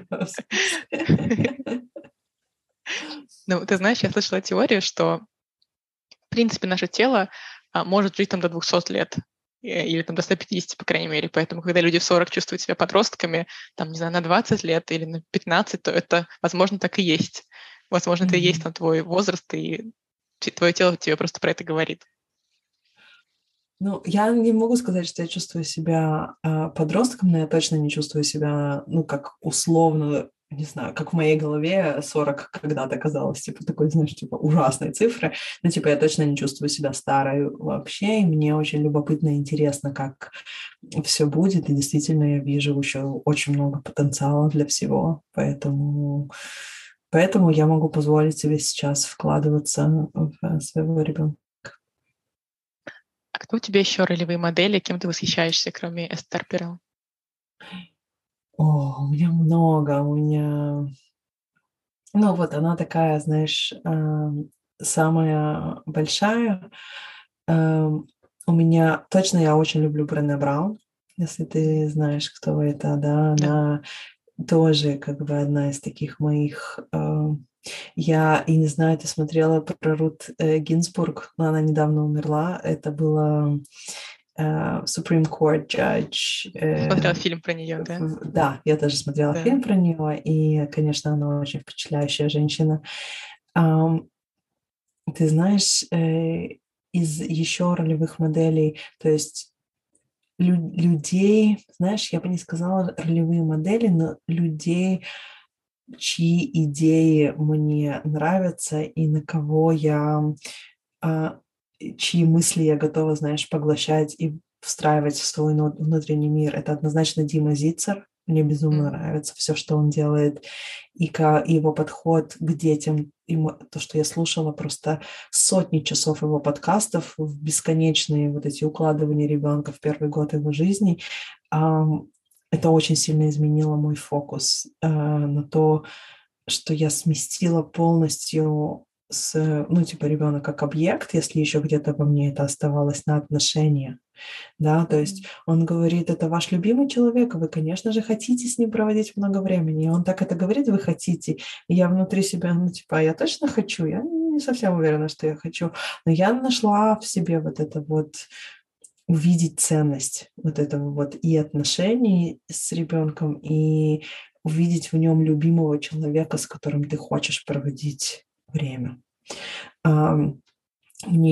Ну, ты знаешь, я слышала теорию, что в принципе, наше тело а, может жить там до двухсот лет или там до ста пятидесяти, по крайней мере. Поэтому, когда люди в сорок чувствуют себя подростками, там, не знаю, на двадцать лет или на пятнадцать, то это, возможно, так и есть. Возможно, mm-hmm. это и есть там твой возраст, и твое тело тебе просто про это говорит. Ну, я не могу сказать, что я чувствую себя э, подростком, но я точно не чувствую себя, ну, как условно, не знаю, как в моей голове сорок когда-то казалось, типа, такой, знаешь, типа, ужасной цифры. Ну, типа, я точно не чувствую себя старой вообще, и мне очень любопытно и интересно, как все будет, и действительно я вижу еще очень много потенциала для всего, поэтому, поэтому я могу позволить себе сейчас вкладываться в своего ребенка. А кто у тебя еще ролевые модели, кем ты восхищаешься, кроме Эстер Перел? О, у меня много, у меня... Ну вот она такая, знаешь, самая большая. У меня... Точно я очень люблю Брене Браун, если ты знаешь, кто это, да. Да. Она тоже как бы одна из таких моих... Я, и не знаю, ты смотрела про Рут Гинзбург, но она недавно умерла. Это было... Uh, Supreme Court Judge. Смотрела uh, фильм про нее, да? Да, я даже смотрела да. фильм про нее, и, конечно, она очень впечатляющая женщина. Um, ты знаешь, uh, из еще ролевых моделей, то есть лю- людей, знаешь, я бы не сказала ролевые модели, но людей, чьи идеи мне нравятся и на кого я... Uh, чьи мысли я готова, знаешь, поглощать и встраивать в свой внутренний мир. Это однозначно Дима Зицер. Мне безумно mm. нравится все, что он делает. И, к, и его подход к детям. И то, что я слушала просто сотни часов его подкастов в бесконечные вот эти укладывания ребенка в первый год его жизни. Это очень сильно изменило мой фокус на то, что я сместила полностью с, ну, типа, ребенок как объект, если еще где-то во мне это оставалось, на отношения, да, то есть он говорит, это ваш любимый человек, вы, конечно же, хотите с ним проводить много времени, и он так это говорит, вы хотите, и я внутри себя, ну, типа, я точно хочу, я не совсем уверена, что я хочу, но я нашла в себе вот это вот увидеть ценность вот этого вот и отношений с ребенком, и увидеть в нем любимого человека, с которым ты хочешь проводить время. Мне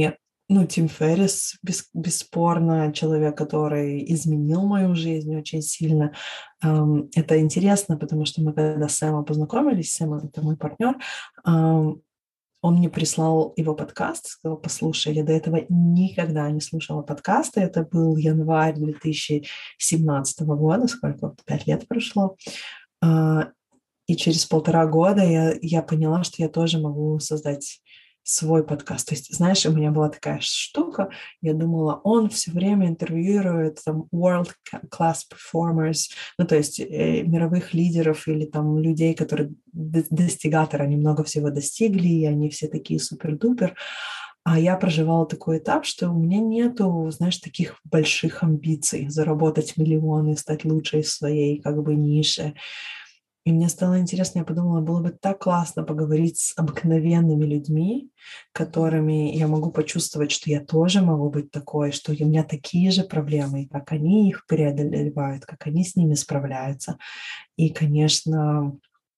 ну, Тим Феррис, бес, бесспорно, человек, который изменил мою жизнь очень сильно. Um, это интересно, потому что мы когда с Сэмом познакомились, Сэм — это мой партнер, um, он мне прислал его подкаст, сказал: послушай, я до этого никогда не слушала подкасты. Это был январь две тысячи семнадцатого года, сколько, пять лет прошло. Uh, и через полтора года я, я поняла, что я тоже могу создать свой подкаст. То есть, знаешь, у меня была такая штука, я думала, он все время интервьюирует там world class performers, ну, то есть э, мировых лидеров или там людей, которые достигаторы, они много всего достигли, и они все такие супер-дупер. А я проживала такой этап, что у меня нету, знаешь, таких больших амбиций заработать миллионы, стать лучшей в своей как бы нише. И мне стало интересно, я подумала, было бы так классно поговорить с обыкновенными людьми, которыми я могу почувствовать, что я тоже могу быть такой, что у меня такие же проблемы, как они их преодолевают, как они с ними справляются. И, конечно,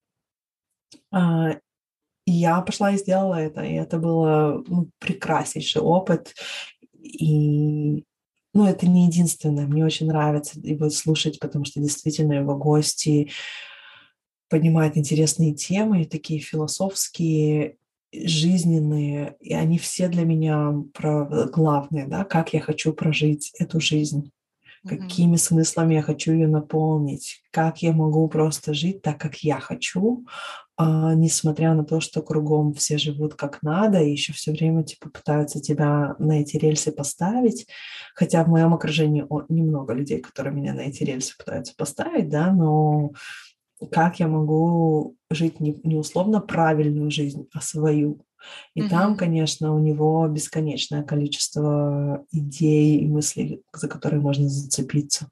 я пошла и сделала это, и это был ну, прекраснейший опыт. И ну, это не единственное. Мне очень нравится его слушать, потому что действительно его гости поднимают интересные темы, такие философские, жизненные, и они все для меня про главные, да, как я хочу прожить эту жизнь, mm-hmm. какими смыслами я хочу ее наполнить, как я могу просто жить так, как я хочу, а, несмотря на то, что кругом все живут как надо, и еще все время типа пытаются тебя на эти рельсы поставить, хотя в моем окружении немного людей, которые меня на эти рельсы пытаются поставить, да, но как я могу жить не, не условно правильную жизнь, а свою. И mm-hmm. там, конечно, у него бесконечное количество идей и мыслей, за которые можно зацепиться.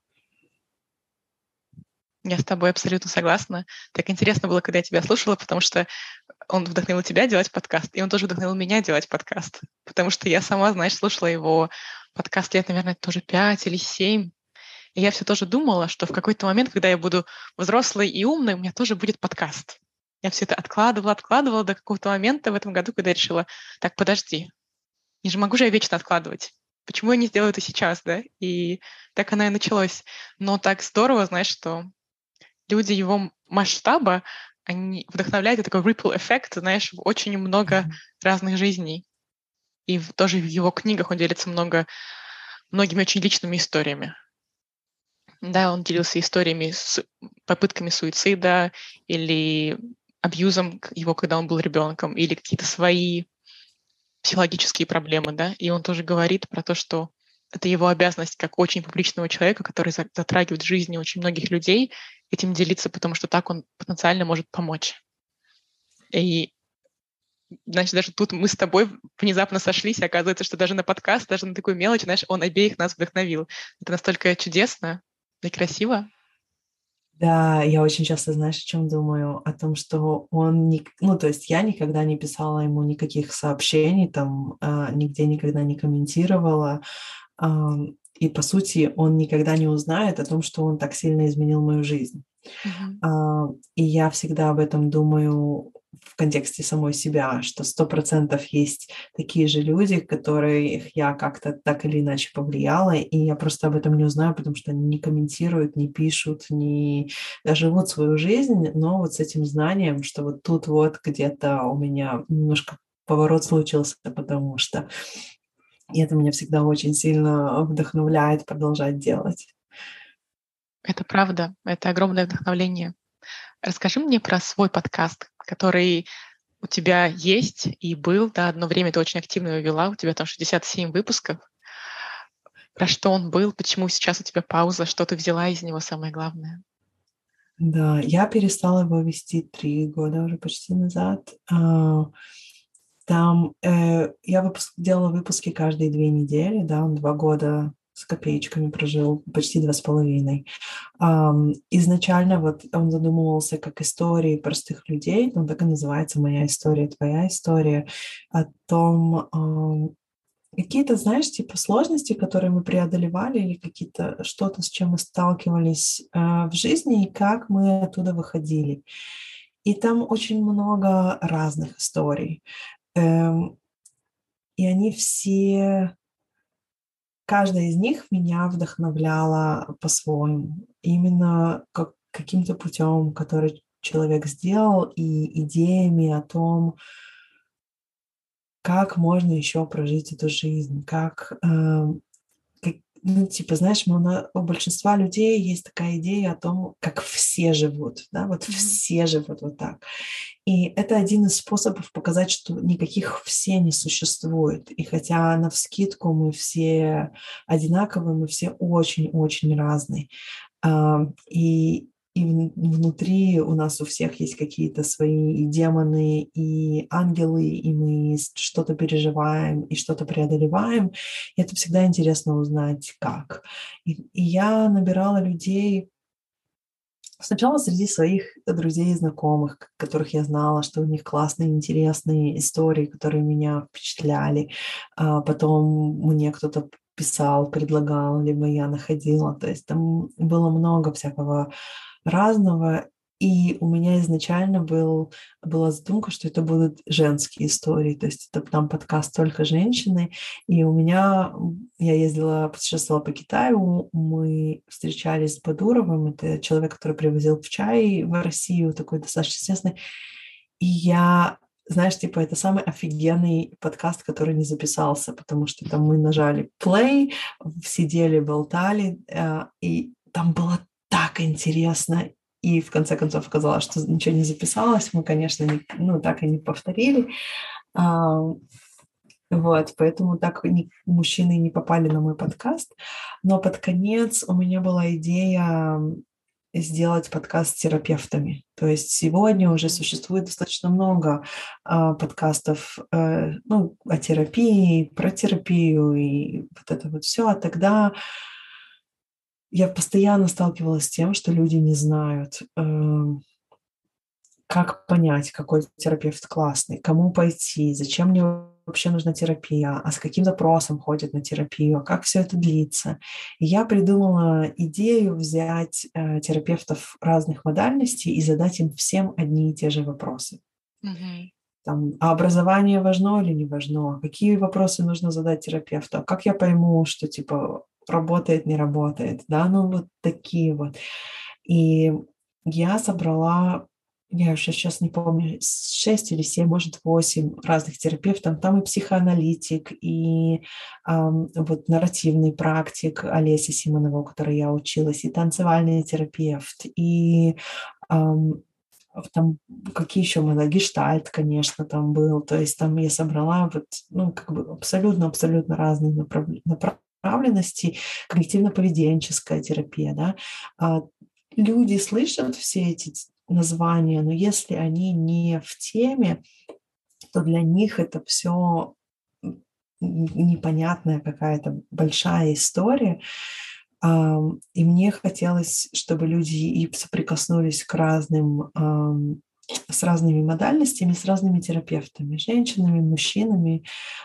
Я с тобой абсолютно согласна. Так интересно было, когда я тебя слушала, потому что он вдохновил тебя делать подкаст, и он тоже вдохновил меня делать подкаст. Потому что я сама, знаешь, слушала его подкаст лет, наверное, тоже пять или семь. И я все тоже думала, что в какой-то момент, когда я буду взрослой и умной, у меня тоже будет подкаст. Я все это откладывала, откладывала до какого-то момента в этом году, когда я решила, так, подожди, не же могу же я вечно откладывать. Почему я не сделаю это сейчас, да? И так оно и началось. Но так здорово, знаешь, что люди его масштаба, они вдохновляют, такой ripple эффект, знаешь, в очень много mm-hmm. разных жизней. И в, тоже в его книгах он делится много, многими очень личными историями. Да, он делился историями с попытками суицида или абьюзом его, когда он был ребенком, или какие-то свои психологические проблемы, да, и он тоже говорит про то, что это его обязанность как очень публичного человека, который затрагивает жизни очень многих людей, этим делиться, потому что так он потенциально может помочь. И значит, даже тут мы с тобой внезапно сошлись, и оказывается, что даже на подкаст, даже на такую мелочь, знаешь, он обеих нас вдохновил. Это настолько чудесно и красиво. Да, я очень часто, знаешь, о чем думаю? О том, что он, не, ну, то есть я никогда не писала ему никаких сообщений, там, э, нигде никогда не комментировала, э, и, по сути, он никогда не узнает о том, что он так сильно изменил мою жизнь. Mm-hmm. Э, и я всегда об этом думаю в контексте самой себя, что сто процентов есть такие же люди, которых я как-то так или иначе повлияла, и я просто об этом не узнаю, потому что они не комментируют, не пишут, не живут свою жизнь, но вот с этим знанием, что вот тут вот где-то у меня немножко поворот случился, потому что и это меня всегда очень сильно вдохновляет продолжать делать. Это правда, это огромное вдохновление. Расскажи мне про свой подкаст, который у тебя есть и был, да, одно время ты очень активно его вела, у тебя там шестьдесят семь выпусков. Про что он был, почему сейчас у тебя пауза, что ты взяла из него, самое главное? Да, я перестала его вести три года уже почти назад. Там э, я выпуск, делала выпуски каждые две недели, да, он два года с копеечками прожил, почти два с половиной. Um, изначально вот он задумывался как истории простых людей, он так и называется «Моя история, твоя история», о том, um, какие-то, знаешь, типа сложности, которые мы преодолевали, или какие-то что-то, с чем мы сталкивались uh, в жизни, и как мы оттуда выходили. И там очень много разных историй. Um, и они все, каждая из них меня вдохновляла по-своему. Именно как, каким-то путем, который человек сделал, и идеями о том, как можно еще прожить эту жизнь, как, э, как ну, типа, знаешь, у, на, у большинства людей есть такая идея о том, как все живут, да, вот mm-hmm. все живут вот так. И это один из способов показать, что никаких все не существует. И хотя навскидку мы все одинаковые, мы все очень-очень разные. И И внутри у нас у всех есть какие-то свои и демоны, и ангелы, и мы что-то переживаем, и что-то преодолеваем. И это всегда интересно узнать, как. И, и я набирала людей сначала среди своих друзей и знакомых, которых я знала, что у них классные, интересные истории, которые меня впечатляли. А потом мне кто-то писал, предлагал, либо я находила. То есть там было много всякого разного, и у меня изначально был, была задумка, что это будут женские истории, то есть это там подкаст только женщины, и у меня, я ездила, путешествовала по Китаю, мы встречались с Бадуровым, это человек, который привозил в чай в Россию, такой достаточно известный, и я, знаешь, типа, это самый офигенный подкаст, который не записался, потому что там мы нажали play, сидели, болтали, и там было так интересно, и в конце концов оказалось, что ничего не записалось, мы, конечно, не, ну, так и не повторили, а, вот, поэтому так не, мужчины не попали на мой подкаст, но под конец у меня была идея сделать подкаст с терапевтами, то есть сегодня уже существует достаточно много а, подкастов, а, ну, о терапии, про терапию и вот это вот все, а тогда я постоянно сталкивалась с тем, что люди не знают, э, как понять, какой терапевт классный, кому пойти, зачем мне вообще нужна терапия, а с каким запросом ходят на терапию, как все это длится. И я придумала идею взять э, терапевтов разных модальностей и задать им всем одни и те же вопросы. Mm-hmm. Там, а образование важно или не важно? Какие вопросы нужно задать терапевту? Как я пойму, что типа работает, не работает, да, ну вот такие вот. И я собрала, я уже сейчас не помню, шесть или семь, может, восемь разных терапевтов. Там и психоаналитик, и эм, вот нарративный практик Олеся Симонова, у которой я училась, и танцевальный терапевт, и эм, там какие еще мода, гештальт, конечно, там был. То есть там я собрала вот, ну, как бы абсолютно-абсолютно разные направления. направленности, когнитивно-поведенческая терапия, да, а люди слышат все эти названия, но если они не в теме, то для них это все непонятная какая-то большая история, и мне хотелось, чтобы люди и соприкоснулись к разным, с разными модальностями, с разными терапевтами, женщинами, мужчинами,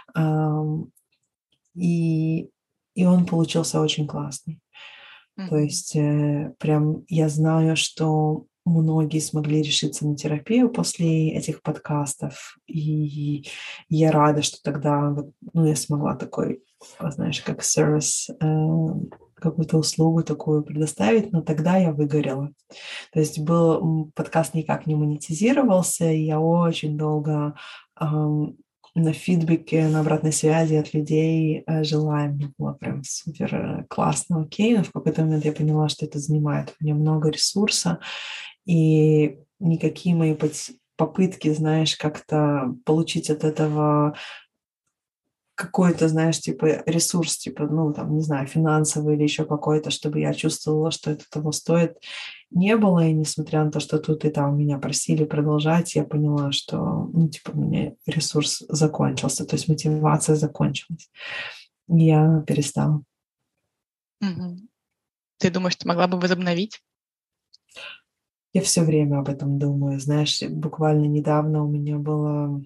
и И он получился очень классный. Mm-hmm. То есть э, прям я знаю, что многие смогли решиться на терапию после этих подкастов. И я рада, что тогда вот, ну, я смогла такой, знаешь, как сервис, э, какую-то услугу такую предоставить, но тогда я выгорела. То есть был, подкаст никак не монетизировался, и я очень долго... Э, на фидбэке, на обратной связи от людей жила, мне было прям супер классно, окей, но в какой-то момент я поняла, что это занимает у меня много ресурса, и никакие мои попытки, знаешь, как-то получить от этого какой-то, знаешь, типа ресурс, типа, ну, там, не знаю, финансовый или еще какой-то, чтобы я чувствовала, что это того стоит, не было, и несмотря на то, что тут и там меня просили продолжать, я поняла, что, ну, типа, у меня ресурс закончился, то есть мотивация закончилась. И я перестала. Угу. Ты думаешь, ты могла бы возобновить? Я все время об этом думаю, знаешь, буквально недавно у меня была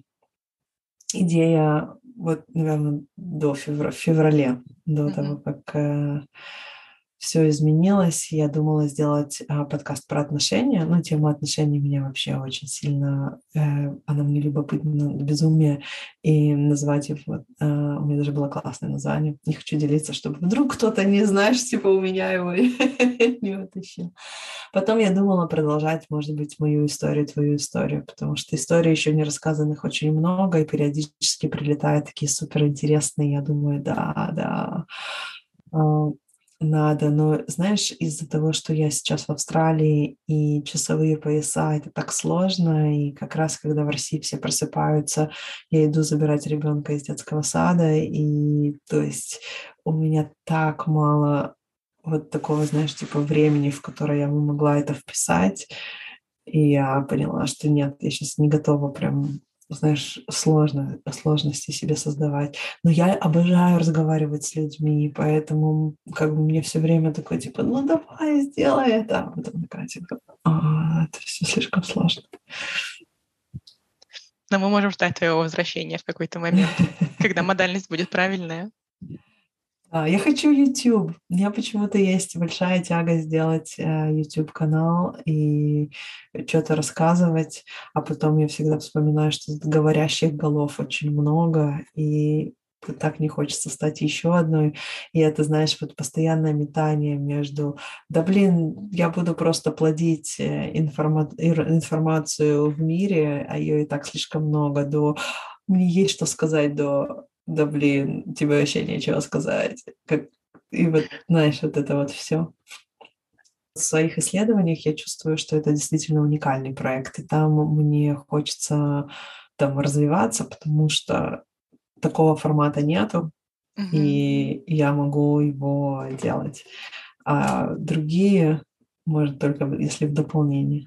идея, вот, наверное, до февраля, феврале, до mm-hmm. того, как все изменилось. Я думала сделать а, подкаст про отношения. Ну, тема отношений меня вообще очень сильно, э, она мне любопытна до безумия. И назвать его, э, у меня даже было классное название. Не хочу делиться, чтобы вдруг кто-то, не знаешь, типа у меня его не вытащил. Потом я думала продолжать, может быть, мою историю, твою историю, потому что историй еще не рассказанных очень много, и периодически прилетают такие суперинтересные. Я думаю, да, да, а, надо. Но, знаешь, из-за того, что я сейчас в Австралии и часовые пояса, это так сложно. И как раз, когда в России все просыпаются, я иду забирать ребенка из детского сада, и то есть у меня так мало вот такого, знаешь, типа времени, в которое я бы могла это вписать. И я поняла, что нет, я сейчас не готова прям, знаешь, сложно, сложности себе создавать. Но я обожаю разговаривать с людьми, поэтому как бы мне все время такое, типа, ну давай, сделай это. А потом такая, типа, «А, это все слишком сложно». Но мы можем ждать твоего возвращения в какой-то момент, когда модальность будет правильная. А, я хочу YouTube. У меня почему-то есть большая тяга сделать э, YouTube-канал и что-то рассказывать, а потом я всегда вспоминаю, что говорящих голов очень много, и так не хочется стать еще одной. И это, знаешь, вот постоянное метание между, да блин, я буду просто плодить э, информа- ир- информацию в мире, а ее и так слишком много, до мне есть что сказать, до да блин, тебе вообще нечего сказать. Как... И вот, знаешь, вот это вот все. В своих исследованиях я чувствую, что это действительно уникальный проект, и там мне хочется там развиваться, потому что такого формата нету, Мгм. и я могу его делать. А другие, может, только если в дополнение.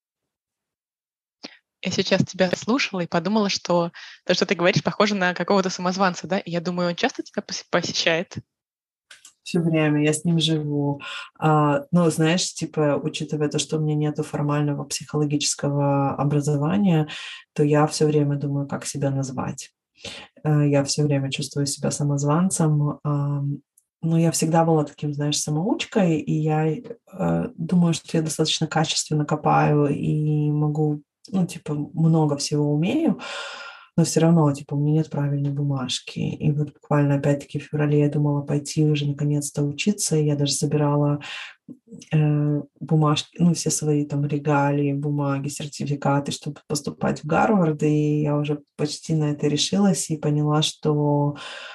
Я сейчас тебя слушала и подумала, что то, что ты говоришь, похоже на какого-то самозванца, да? И я думаю, он часто тебя поси- посещает? Все время, я с ним живу. А, ну, знаешь, типа, учитывая то, что у меня нету формального психологического образования, то я все время думаю, как себя назвать. Э, я все время чувствую себя самозванцем. Ам, но я всегда была таким, знаешь, самоучкой, и я э, думаю, что я достаточно качественно копаю и могу, ну, типа, много всего умею, но все равно, типа, у меня нет правильной бумажки. И вот буквально, опять-таки, в феврале я думала пойти уже наконец-то учиться, и я даже собирала э, бумажки, ну, все свои там регалии, бумаги, сертификаты, чтобы поступать в Гарвард, и я уже почти на это решилась и поняла, что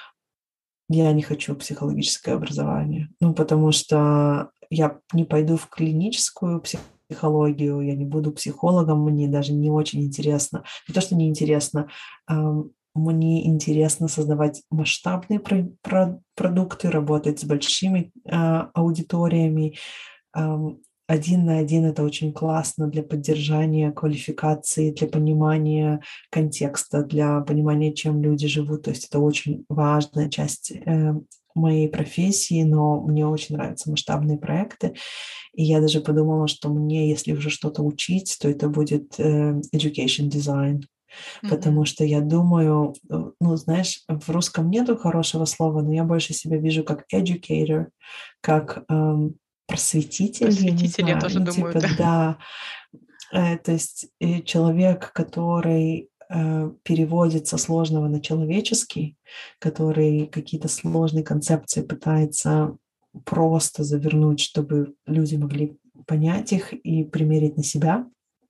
я не хочу психологическое образование. Ну, потому что я не пойду в клиническую психологию, я не буду психологом, мне даже не очень интересно. Не то, что не интересно, ам, мне интересно создавать масштабные про- про- продукты, работать с большими а, аудиториями. Ам, Один на один это очень классно для поддержания квалификации, для понимания контекста, для понимания, чем люди живут. То есть это очень важная часть э, моей профессии, но мне очень нравятся масштабные проекты. И я даже подумала, что мне, если уже что-то учить, то это будет э, education design. Потому Мгм. что я думаю, э, ну, знаешь, в русском нету хорошего слова, но я больше себя вижу как educator, как эм, просветитель, я не Просветители, я знаю, тоже ну, думаю, типа, да. да, э, то есть э, человек, который э, переводит со сложного на человеческий, который какие-то сложные концепции пытается просто завернуть, чтобы люди могли понять их и примерить на себя.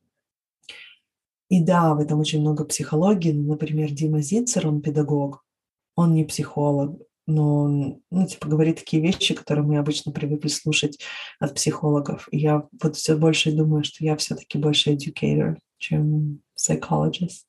И да, в этом очень много психологии. Ну, например, Дима Зицер, он педагог, он не психолог, но он, ну, типа, говорит такие вещи, которые мы обычно привыкли слушать от психологов. И я вот все больше думаю, что я все-таки больше educator, чем psychologist.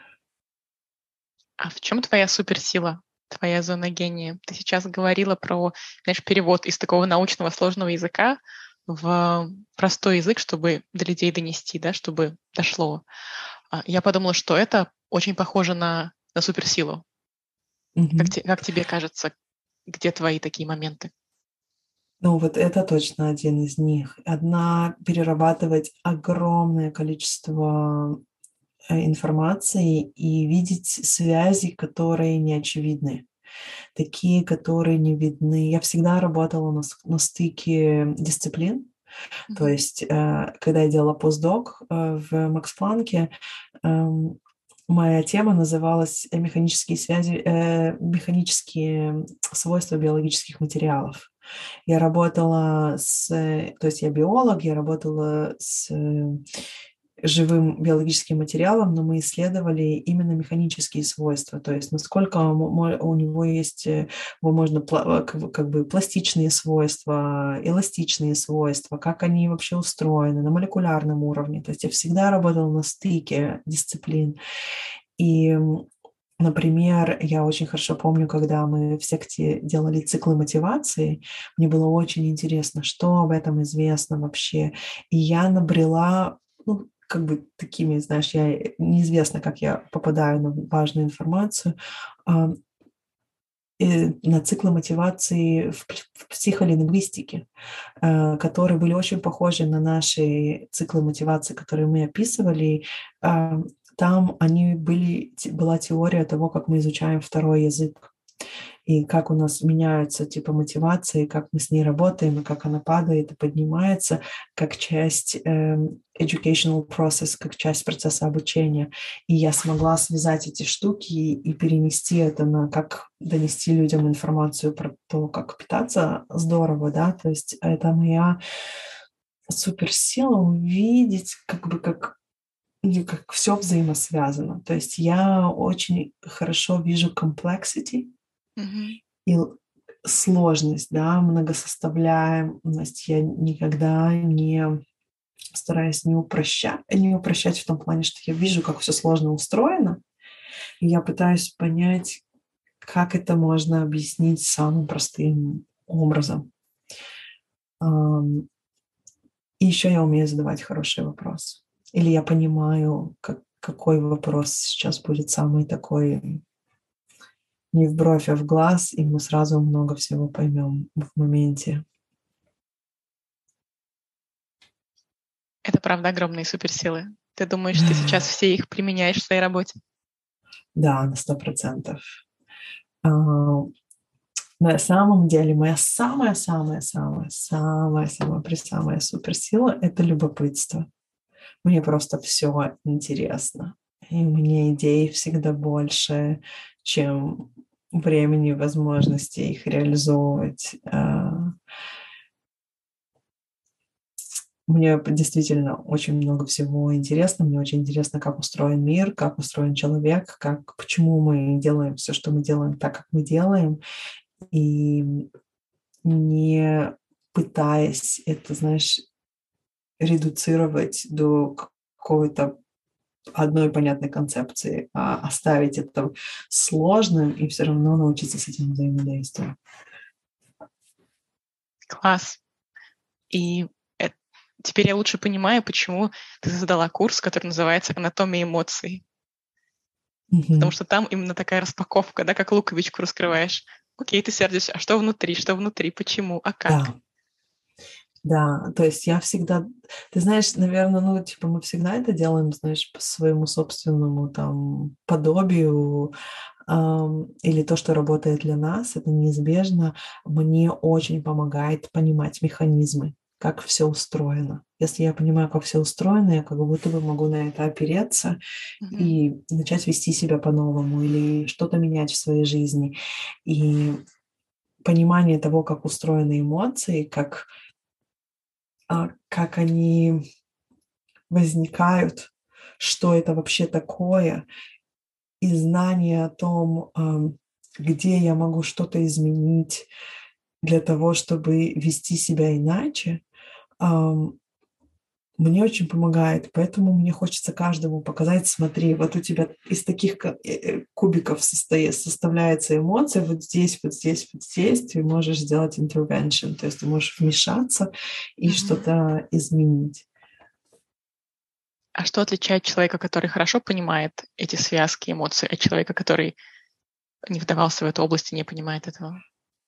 А в чем твоя суперсила, твоя зона гения? Ты сейчас говорила про, знаешь, перевод из такого научного сложного языка в простой язык, чтобы до людей донести, да, чтобы дошло. А, Я подумала, что это очень похоже на, на суперсилу. Как, Мгм. те- как тебе кажется, где твои такие моменты? Ну, вот это точно один из них. Одна — перерабатывать огромное количество э, информации и видеть связи, которые не очевидны. такие, которые не видны. Я всегда работала на, на стыке дисциплин. Mm-hmm. То есть, э, когда я делала постдок э, в Макс Планке, э, моя тема называлась «Механические связи, э, механические свойства биологических материалов». Я работала с... То есть я биолог, я работала с живым биологическим материалом, но мы исследовали именно механические свойства, то есть насколько у него есть, его можно как бы пластичные свойства, эластичные свойства, как они вообще устроены на молекулярном уровне. То есть я всегда работала на стыке дисциплин. И, например, я очень хорошо помню, когда мы в секте делали циклы мотивации, мне было очень интересно, что об этом известно вообще. И я набрела, ну, как бы такими, знаешь, я неизвестно, как я попадаю на важную информацию, на циклы мотивации в психолингвистике, которые были очень похожи на наши циклы мотивации, которые мы описывали. Там они были, была теория того, как мы изучаем второй язык, и как у нас меняются типа мотивации, как мы с ней работаем, и как она падает и поднимается, как часть э, educational process, как часть процесса обучения. И я смогла связать эти штуки и перенести это на как донести людям информацию про то, как питаться здорово, да, то есть это моя суперсила увидеть, как бы как и как все взаимосвязано. То есть я очень хорошо вижу complexity mm-hmm. и сложность, да, многосоставляемость. Я никогда не стараюсь не упрощать, не упрощать в том плане, что я вижу, как все сложно устроено, и я пытаюсь понять, как это можно объяснить самым простым образом. И еще я умею задавать хорошие вопросы. Или я понимаю, как, какой вопрос сейчас будет самый такой не в бровь, а в глаз, и мы сразу много всего поймем в моменте. Это правда огромные суперсилы. Ты думаешь, ты сейчас все их применяешь в своей работе? Да, на сто процентов. На самом деле моя самая-самая-самая-самая-самая суперсила — это любопытство. Мне просто все интересно. И мне идей всегда больше, чем времени, возможностей их реализовывать. Мне действительно очень много всего интересно. Мне очень интересно, как устроен мир, как устроен человек, как, почему мы делаем все, что мы делаем, так, как мы делаем. И не пытаясь это, знаешь, редуцировать до какой-то одной понятной концепции, а оставить это сложным и все равно научиться с этим взаимодействовать. Класс. И это, теперь я лучше понимаю, почему ты создала курс, который называется «Анатомия эмоций». Mm-hmm. Потому что там именно такая распаковка, да, как луковичку раскрываешь. Окей, ты сердишься, а что внутри, что внутри, почему, а как? Да. Да, то есть я всегда, ты знаешь, наверное, ну, типа мы всегда это делаем, знаешь, по своему собственному там подобию, эм, или то, что работает для нас, это неизбежно. Мне очень помогает понимать механизмы, как все устроено. Если я понимаю, как все устроено, я как будто бы могу на это опереться mm-hmm. и начать вести себя по-новому или что-то менять в своей жизни. И понимание того, как устроены эмоции, как как они возникают, что это вообще такое, и знание о том, где я могу что-то изменить для того, чтобы вести себя иначе, мне очень помогает. Поэтому мне хочется каждому показать: смотри, вот у тебя из таких кубиков состоит, составляется эмоция, вот здесь, вот здесь, вот здесь ты можешь сделать intervention, то есть ты можешь вмешаться и mm-hmm. что-то изменить. А что отличает человека, который хорошо понимает эти связки эмоций, от человека, который не вдавался в эту область и не понимает этого?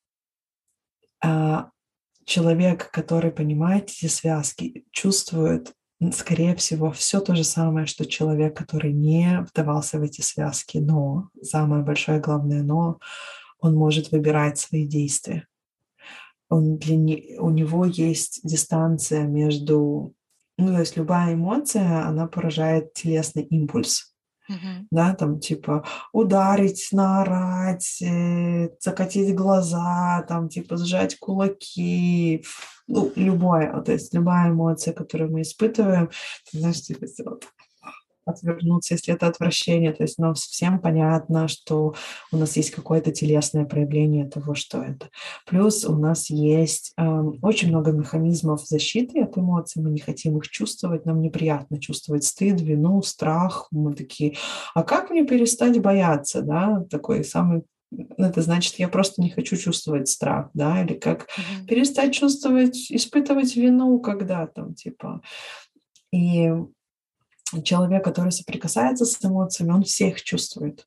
А, человек, который понимает эти связки, чувствует, скорее всего, все то же самое, что человек, который не вдавался в эти связки. Но, самое большое главное но, он может выбирать свои действия. Он для не, у него есть дистанция между... Ну, то есть любая эмоция, она поражает телесный импульс. Мгм. Да, там типа ударить, наорать, э, закатить глаза, там типа сжать кулаки, ну, любое, то есть любая эмоция, которую мы испытываем, ты знаешь, типа вот отвернуться, если это отвращение, то есть нам всем понятно, что у нас есть какое-то телесное проявление того, что это. Плюс у нас есть э, очень много механизмов защиты от эмоций, мы не хотим их чувствовать, нам неприятно чувствовать стыд, вину, страх, мы такие, а как мне перестать бояться, да, такой самый, это значит, я просто не хочу чувствовать страх, да, или как Мгм. перестать чувствовать, испытывать вину, когда там, типа, и человек, который соприкасается с эмоциями, он всех чувствует,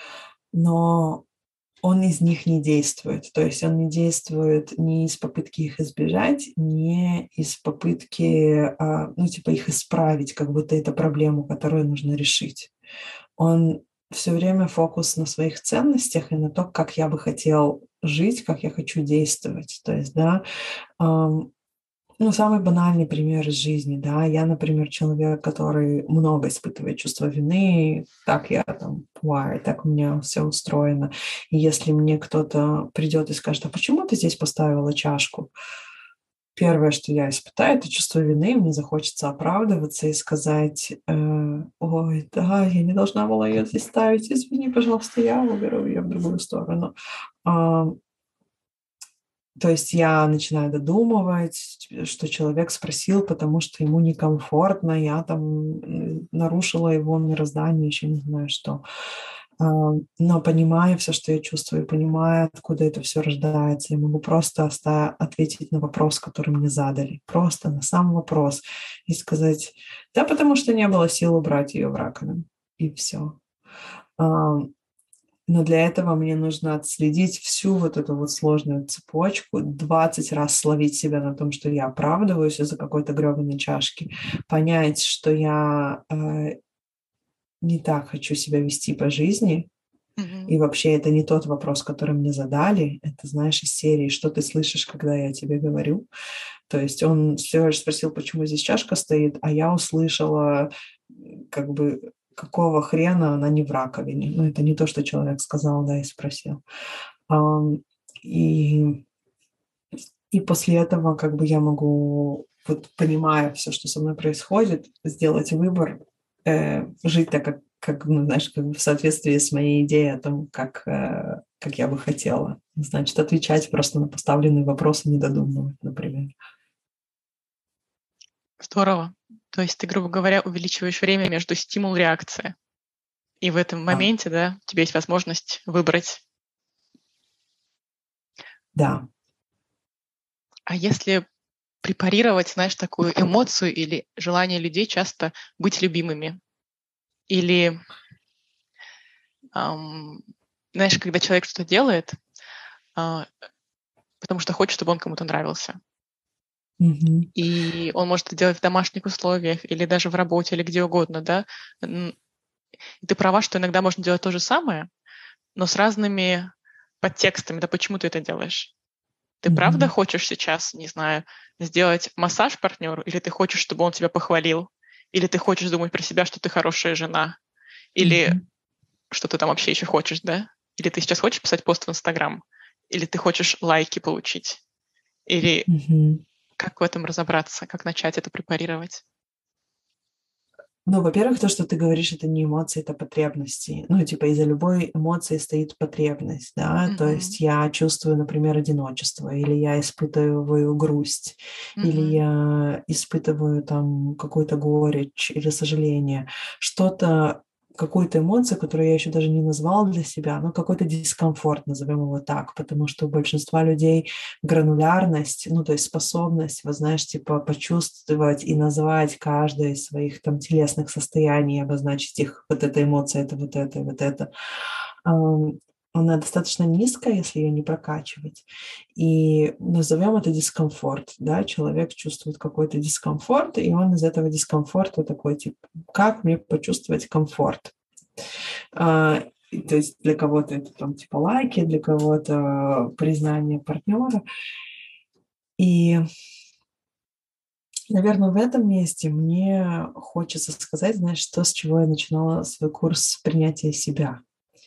но он из них не действует. То есть он не действует ни из попытки их избежать, ни из попытки, а, ну, типа, их исправить, как будто это проблему, которую нужно решить. Он все время фокус на своих ценностях и на то, как я бы хотел жить, как я хочу действовать. То есть, да, ам, ну, самый банальный пример из жизни, да. Я, например, человек, который много испытывает чувство вины, так я там why, так у меня все устроено. И если мне кто-то придет и скажет, а почему ты здесь поставила чашку? Первое, что я испытаю, это чувство вины, мне захочется оправдываться и сказать, э, ой, да, я не должна была ее здесь ставить, извини, пожалуйста, я уберу ее в другую сторону. А, То есть я начинаю додумывать, что человек спросил, потому что ему некомфортно, я там м, нарушила его мироздание, еще не знаю что. А, Но понимая все, что я чувствую, понимая, откуда это все рождается, я могу просто оста- ответить на вопрос, который мне задали. Просто на сам вопрос. И сказать, да, потому что не было сил убрать ее в раковину. И все. Но для этого мне нужно отследить всю вот эту вот сложную цепочку, двадцать раз словить себя на том, что я оправдываюсь из-за какой-то грёбаной чашки, понять, что я э, не так хочу себя вести по жизни, Мгм. и вообще это не тот вопрос, который мне задали. Это, знаешь, из серии «Что ты слышишь, когда я тебе говорю?» То есть он всего лишь спросил, почему здесь чашка стоит, а я услышала, м, как бы, какого хрена она не в раковине. Ну, это не то, что человек сказал, да, и спросил. Ам, и, и после этого, как бы, я могу, вот понимая все, что со мной происходит, сделать выбор, э, жить так, как, как, ну, знаешь, как бы в соответствии с моей идеей о том, как, э, как я бы хотела. Значит, отвечать просто на поставленные вопросы, не додумывать, например. Здорово. То есть ты, грубо говоря, увеличиваешь время между стимул и реакцией. И в этом Да. моменте, да, у тебя есть возможность выбрать. Да. А если препарировать, знаешь, такую эмоцию или желание людей часто быть любимыми? Или, ам, знаешь, когда человек что-то делает, а, потому что хочет, чтобы он кому-то нравился. Мгм. И он может это делать в домашних условиях или даже в работе, или где угодно, да. Н- И ты права, что иногда можно делать то же самое, но с разными подтекстами. Да почему ты это делаешь? Ты правда Мгм. хочешь сейчас, не знаю, сделать массаж партнеру, или ты хочешь, чтобы он тебя похвалил, или ты хочешь думать про себя, что ты хорошая жена, или Мгм. что ты там вообще еще хочешь, да? Или ты сейчас хочешь писать пост в Инстаграм, или ты хочешь лайки получить, или Мгм. как в этом разобраться, как начать это препарировать? Ну, во-первых, то, что ты говоришь, это не эмоции, это потребности. Ну, типа, из-за любой эмоции стоит потребность, да. То Мгм. есть я чувствую, например, одиночество, или я испытываю грусть, или Мгм. я испытываю там какую-то горечь или сожаление. Что-то, какую-то эмоцию, которую я еще даже не назвала для себя, но какой-то дискомфорт, назовем его так, потому что у большинства людей гранулярность, ну, то есть способность, вот знаешь, типа почувствовать и назвать каждое из своих там телесных состояний, обозначить их, вот эта эмоция, это вот это, вот это, ам, она достаточно низкая, если ее не прокачивать. И назовем это дискомфорт, да, человек чувствует какой-то дискомфорт, и он из этого дискомфорта такой, типа, как мне почувствовать комфорт? А, То есть для кого-то это там типа лайки, для кого-то признание партнера. И, наверное, в этом месте мне хочется сказать, знаешь, то, с чего я начинала свой курс принятия себя.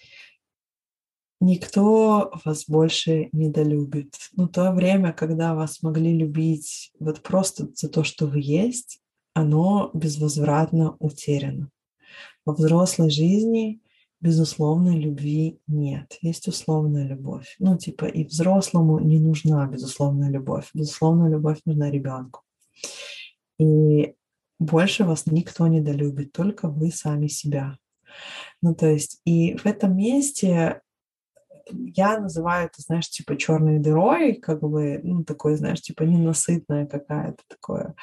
Никто вас больше не долюбит. Ну, то время, когда вас могли любить вот просто за то, что вы есть, оно безвозвратно утеряно. Во взрослой жизни безусловной любви нет. Есть условная любовь. Ну, типа, и взрослому не нужна безусловная любовь. Безусловная любовь нужна ребенку. И больше вас никто не долюбит, только вы сами себя. Ну, то есть, и в этом месте я называю это, знаешь, типа черной дырой, как бы, ну, такой, знаешь, типа ненасытная какая-то такое.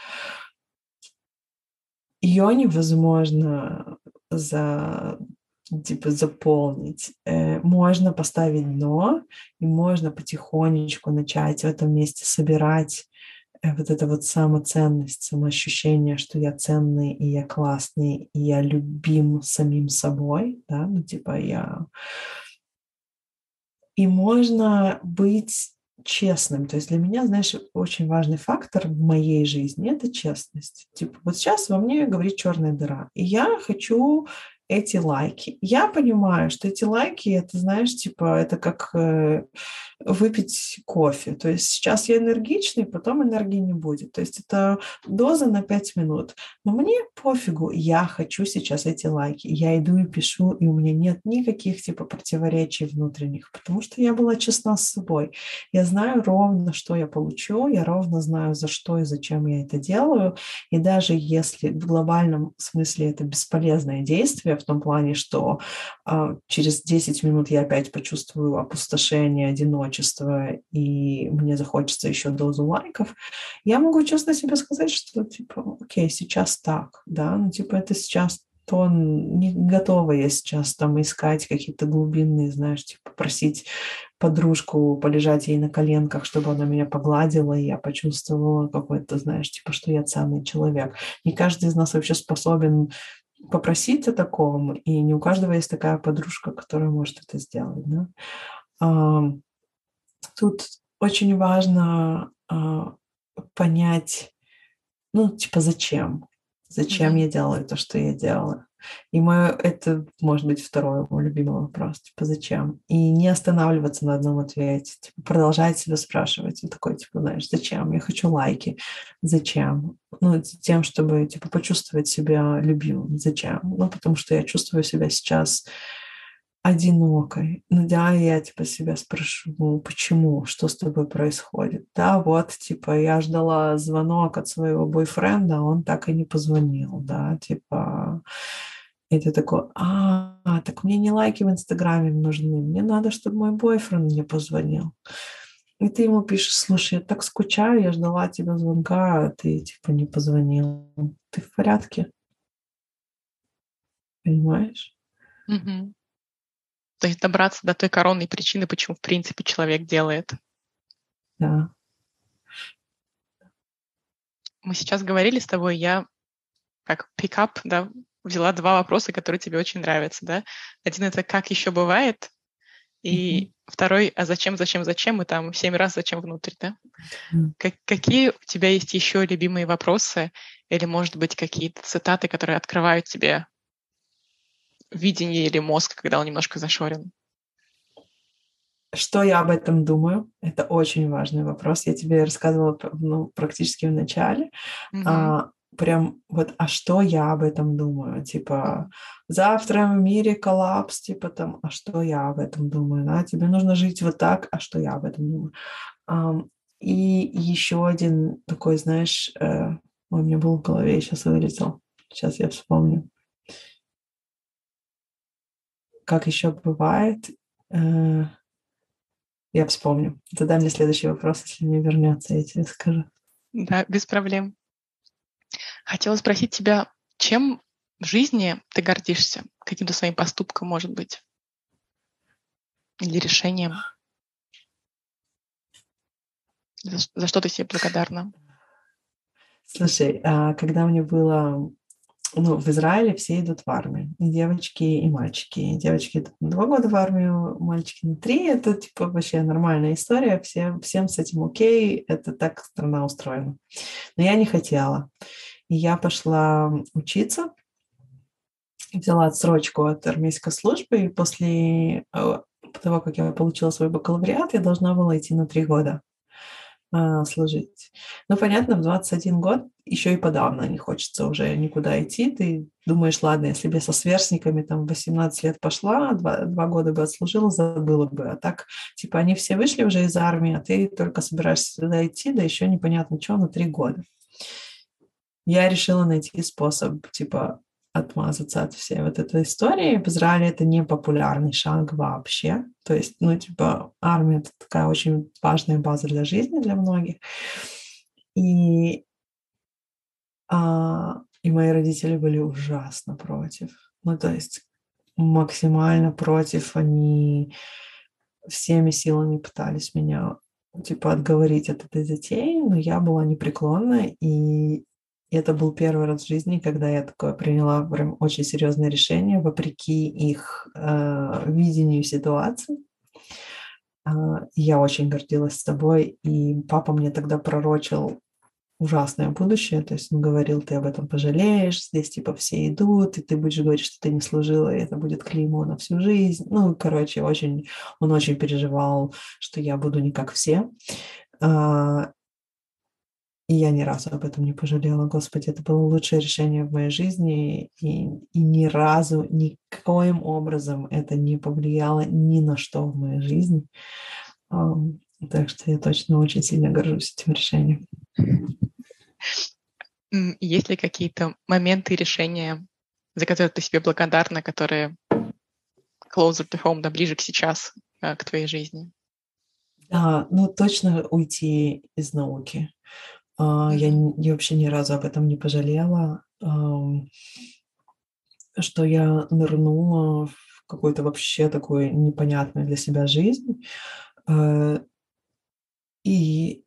Ее невозможно за, типа, заполнить. Э, можно поставить дно, и можно потихонечку начать в этом месте собирать э, вот это вот самоценность, самоощущение, что я ценный, и я классный, и я любим самим собой, да, ну, типа я... И можно быть честным. То есть для меня, знаешь, очень важный фактор в моей жизни — это честность. Типа вот сейчас во мне говорит черная дыра, и я хочу эти лайки. Я понимаю, что эти лайки — это, знаешь, типа это как э, выпить кофе. То есть сейчас я энергичный, потом энергии не будет. То есть это доза на пять минут. Но мне пофигу, я хочу сейчас эти лайки. Я иду и пишу, и у меня нет никаких типа противоречий внутренних, потому что я была честна с собой. Я знаю ровно, что я получу, я ровно знаю, за что и зачем я это делаю. И даже если в глобальном смысле это бесполезное действие, в том плане, что а, через десять минут я опять почувствую опустошение, одиночество, и мне захочется еще дозу лайков, я могу честно себе сказать, что, типа, окей, сейчас так, да, ну, типа, это сейчас то не готова я сейчас там искать какие-то глубинные, знаешь, типа, просить подружку полежать ей на коленках, чтобы она меня погладила, и я почувствовала какой-то, знаешь, типа, что я ценный человек. Не каждый из нас вообще способен попросить о таком, и не у каждого есть такая подружка, которая может это сделать, да. А, тут очень важно а, понять, ну, типа, зачем? Зачем Мгм. я делаю то, что я делаю? И мое, это может быть второй мой любимый вопрос, типа, зачем? И не останавливаться на одном ответе, типа, продолжать себя спрашивать. И такой, типа, знаешь, зачем? Я хочу лайки. Зачем? Ну, тем, чтобы, типа, почувствовать себя любимым. Зачем? Ну, потому что я чувствую себя сейчас одинокой. Ну да, я типа себя спрошу, ну, почему, что с тобой происходит? Да, вот, типа, я ждала звонок от своего бойфренда, а он так и не позвонил, да, типа, и ты такой, а, так мне не лайки в Инстаграме нужны, мне надо, чтобы мой бойфренд мне позвонил. И ты ему пишешь, слушай, я так скучаю, я ждала тебя звонка, а ты, типа, не позвонил. Ты в порядке, понимаешь? Мгм. То есть добраться до той коронной причины, почему, в принципе, человек делает. Да. Мы сейчас говорили с тобой, я как пикап, да, взяла два вопроса, которые тебе очень нравятся, да. Один — это «как еще бывает?», Мгм. и второй — «а зачем, зачем, зачем?» и там семь раз «зачем внутрь?», да. М. Как, какие у тебя есть еще любимые вопросы или, может быть, какие-то цитаты, которые открывают тебе видение или мозг, когда он немножко зашорен? Что я об этом думаю? Это очень важный вопрос. Я тебе рассказывала, п- ну, практически в начале. Мгм. А, прям вот, а что я об этом думаю? Типа, Мгм. завтра в мире коллапс, типа там, а что я об этом думаю? Да? Тебе нужно жить вот так, а что я об этом думаю? Ам, и еще один такой, знаешь, э, ой, у меня был в голове, сейчас вылетел. Сейчас я вспомню. Как еще бывает? Э, я вспомню. Задай мне следующий вопрос, если мне вернется, я тебе скажу. Да, без проблем. Хотела спросить тебя, чем в жизни ты гордишься? Каким-то своим поступком, может быть, или решением? За, за что ты себе благодарна? Слушай, а, когда мне было ну, в Израиле все идут в армию, и девочки, и мальчики. И девочки идут на два года в армию, мальчики на три. Это, типа, вообще нормальная история, всем, всем с этим окей, это так страна устроена. Но я не хотела. И я пошла учиться, взяла отсрочку от армейской службы, и после того, как я получила свой бакалавриат, я должна была идти на три года а, служить. Ну, понятно, в двадцать один год еще и подавно не хочется уже никуда идти. Ты думаешь, ладно, если бы я со сверстниками там восемнадцать лет пошла, два, два года бы отслужила, забыла бы. А так, типа, они все вышли уже из армии, а ты только собираешься туда идти, да еще непонятно что, на три года. Я решила найти способ, типа, отмазаться от всей вот этой истории. В Израиле это не популярный шаг вообще. То есть, ну, типа, армия — это такая очень важная база для жизни для многих. И, а, и мои родители были ужасно против. Ну, то есть максимально против. Они всеми силами пытались меня, типа, отговорить от этой затеи, но я была непреклонна, и это был первый раз в жизни, когда я такое приняла прям очень серьезное решение, вопреки их э, видению ситуации. Э, я очень гордилась собой, и папа мне тогда пророчил ужасное будущее, то есть он говорил, ты об этом пожалеешь, здесь типа все идут, и ты будешь говорить, что ты не служила, и это будет клеймо на всю жизнь. Ну, короче, очень, он очень переживал, что я буду не как все. Э, И я ни разу об этом не пожалела. Господи, это было лучшее решение в моей жизни, и, и ни разу, никоим образом это не повлияло ни на что в моей жизни. Um, так что я точно очень сильно горжусь этим решением. Есть ли какие-то моменты решения, за которые ты себе благодарна, которые closer to home, да, ближе к сейчас, к твоей жизни? Да, ну точно уйти из науки. Uh, mm-hmm. я, я вообще ни разу об этом не пожалела, um, что я нырнула в какую-то вообще такую непонятную для себя жизнь. Uh, и,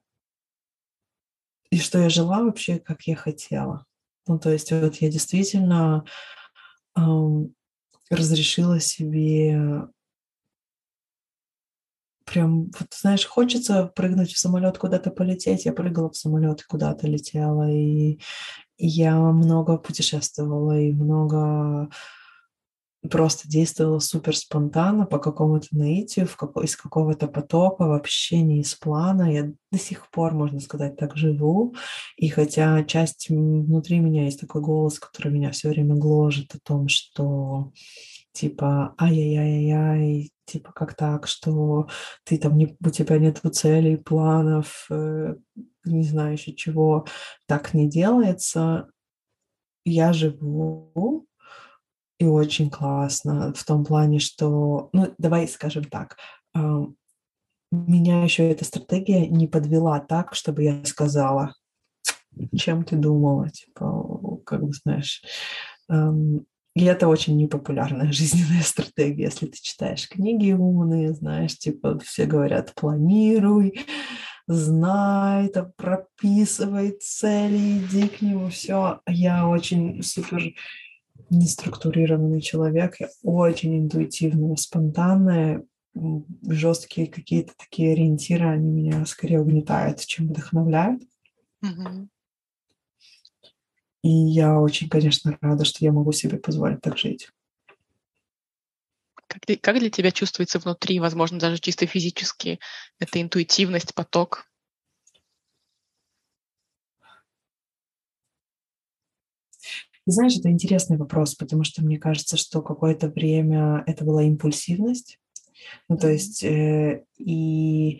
и что я жила вообще, как я хотела. Ну, то есть вот я действительно um, разрешила себе прям, вот, знаешь, хочется прыгнуть в самолет, куда-то полететь. Я прыгала в самолет и куда-то летела. И, и я много путешествовала, и много просто действовала супер спонтанно, по какому-то наитию, в како- из какого-то потока, вообще не из плана. Я до сих пор, можно сказать, так живу. И хотя часть внутри меня есть такой голос, который меня все время гложет о том, что типа ай-яй-яй-яй, типа как так, что ты там не, у тебя нет целей, планов, э, не знаю еще чего, так не делается. Я живу, и очень классно в том плане, что, ну, давай скажем так, э, меня еще эта стратегия не подвела так, чтобы я сказала, чем ты думала, типа, как бы, знаешь, эм, и это очень непопулярная жизненная стратегия, если ты читаешь книги умные, знаешь, типа все говорят, планируй, знай, там, прописывай цели, иди к нему, все. Я очень супер неструктурированный человек, я очень интуитивная, спонтанная, жесткие какие-то такие ориентиры, они меня скорее угнетают, чем вдохновляют. Mm-hmm. И я очень, конечно, рада, что я могу себе позволить так жить. Как, как для тебя чувствуется внутри, возможно, даже чисто физически, эта интуитивность, поток? Ты знаешь, это интересный вопрос, потому что мне кажется, что какое-то время это была импульсивность. Ну, то есть, э, и...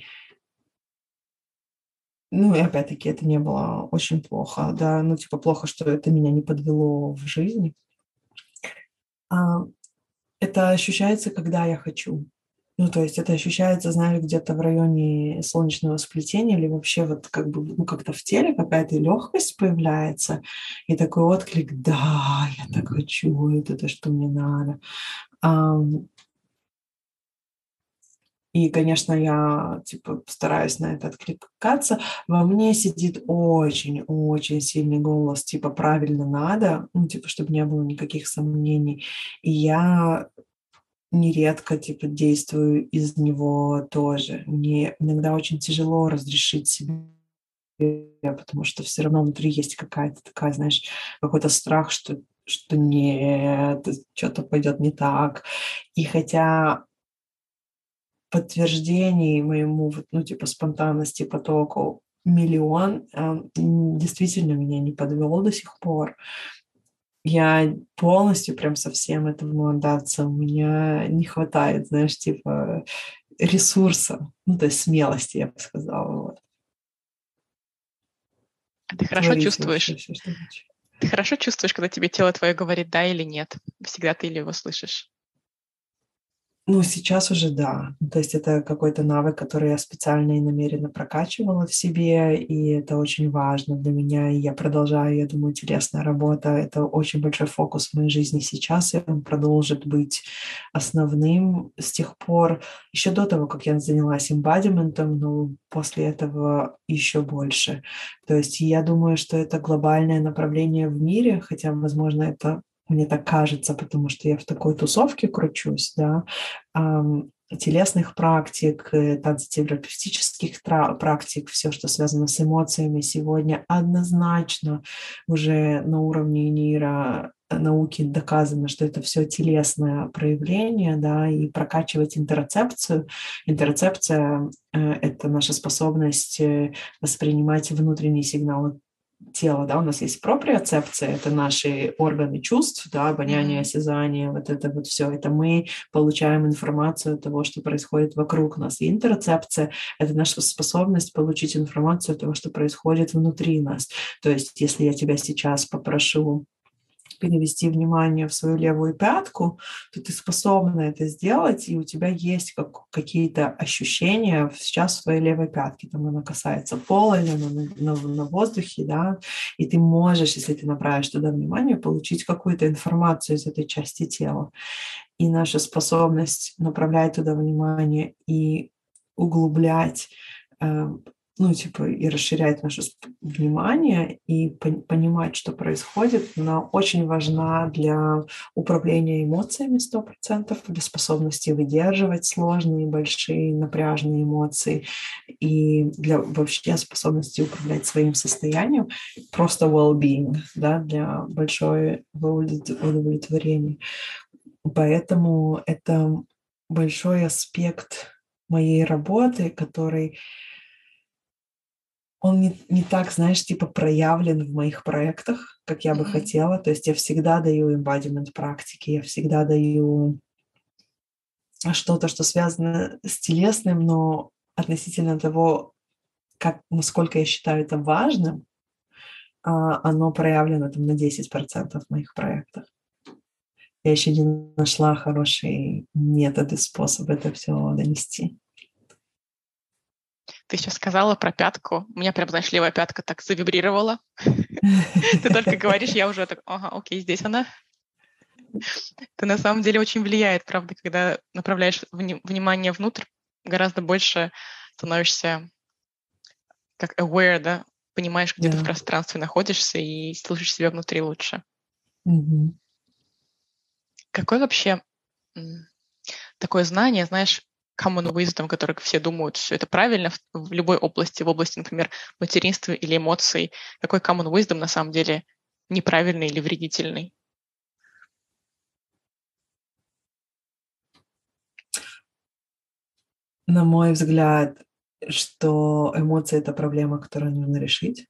Ну, и опять-таки, это не было очень плохо, да, ну, типа, плохо, что это меня не подвело в жизни. А, это ощущается, когда я хочу. Ну, то есть это ощущается, знаешь, где-то в районе солнечного сплетения или вообще вот как бы, ну, как-то в теле какая-то легкость появляется и такой отклик, да, я так хочу, это то, что мне надо. А, И, конечно, я типа стараюсь на это откликаться. Во мне сидит очень-очень сильный голос, типа правильно надо, ну, типа, чтобы не было никаких сомнений. И я нередко типа действую из него тоже. Мне иногда очень тяжело разрешить себе, потому что все равно внутри есть какая-то такая, знаешь, какой-то страх, что что нет, что-то пойдет не так. И хотя подтверждений моему, вот, ну, типа, спонтанности, потоку миллион, а, м, действительно меня не подвел до сих пор. Я полностью прям совсем этому отдаться. У меня не хватает, знаешь, типа, ресурса, ну, то есть смелости, я бы сказала, вот. А ты хорошо Творить вообще чувствуешь? все, что хочу. Ты хорошо чувствуешь, когда тебе тело твое говорит «да» или «нет»? Всегда ты или его слышишь? Ну, сейчас уже да. Ну, то есть это какой-то навык, который я специально и намеренно прокачивала в себе, и это очень важно для меня. И я продолжаю, я думаю, телесная работа — это очень большой фокус в моей жизни сейчас, и он продолжит быть основным с тех пор, еще до того, как я занялась эмбодиментом, но после этого еще больше. То есть я думаю, что это глобальное направление в мире, хотя, возможно, это мне так кажется, потому что я в такой тусовке кручусь, да, ам, телесных практик, э, танцотерапевтических тра- практик, все, что связано с эмоциями, сегодня однозначно уже на уровне нейронауки доказано, что это все телесное проявление, да, и прокачивать интерцепцию. Интерцепция э, — это наша способность э, воспринимать внутренние сигналы тела, да, у нас есть проприоцепция, это наши органы чувств, да, обоняние, Мгм. осязание, вот это вот все, это мы получаем информацию от того, что происходит вокруг нас. И интерцепция — это наша способность получить информацию от того, что происходит внутри нас. То есть, если я тебя сейчас попрошу перевести внимание в свою левую пятку, то ты способна это сделать, и у тебя есть как, какие-то ощущения сейчас в твоей левой пятке. Там она касается пола или она на, на, на воздухе, да, и ты можешь, если ты направишь туда внимание, получить какую-то информацию из этой части тела. И наша способность направлять туда внимание и углублять, э, ну, типа, и расширять наше сп- внимание и пон- понимать, что происходит, она очень важна для управления эмоциями сто процентов, для способности выдерживать сложные, большие, напряжные эмоции и для вообще способности управлять своим состоянием, просто well-being, да, для большого удовлетворения. Поэтому это большой аспект моей работы, который он не, не так, знаешь, типа проявлен в моих проектах, как я бы Мгм. хотела. То есть я всегда даю embodiment практики, я всегда даю что-то, что связано с телесным, но относительно того, как, насколько я считаю это важным, а, оно проявлено там на десять процентов в моих проектах. Я еще не нашла хорошие методы, способы это все донести. Ты сейчас сказала про пятку. У меня прям, знаешь, левая пятка так завибрировала. Ты только говоришь, я уже так, ага, окей, здесь она. Это на самом деле очень влияет, правда, когда направляешь вни- внимание внутрь, гораздо больше становишься как aware, да, понимаешь, где ты в Да. пространстве находишься и слышишь себя внутри лучше. Мгм. Какое вообще м, такое знание, знаешь, common wisdom, который все думают, что это правильно в, в любой области, в области, например, материнства или эмоций, какой common wisdom на самом деле неправильный или вредительный? На мой взгляд, что эмоции — это проблема, которую нужно решить.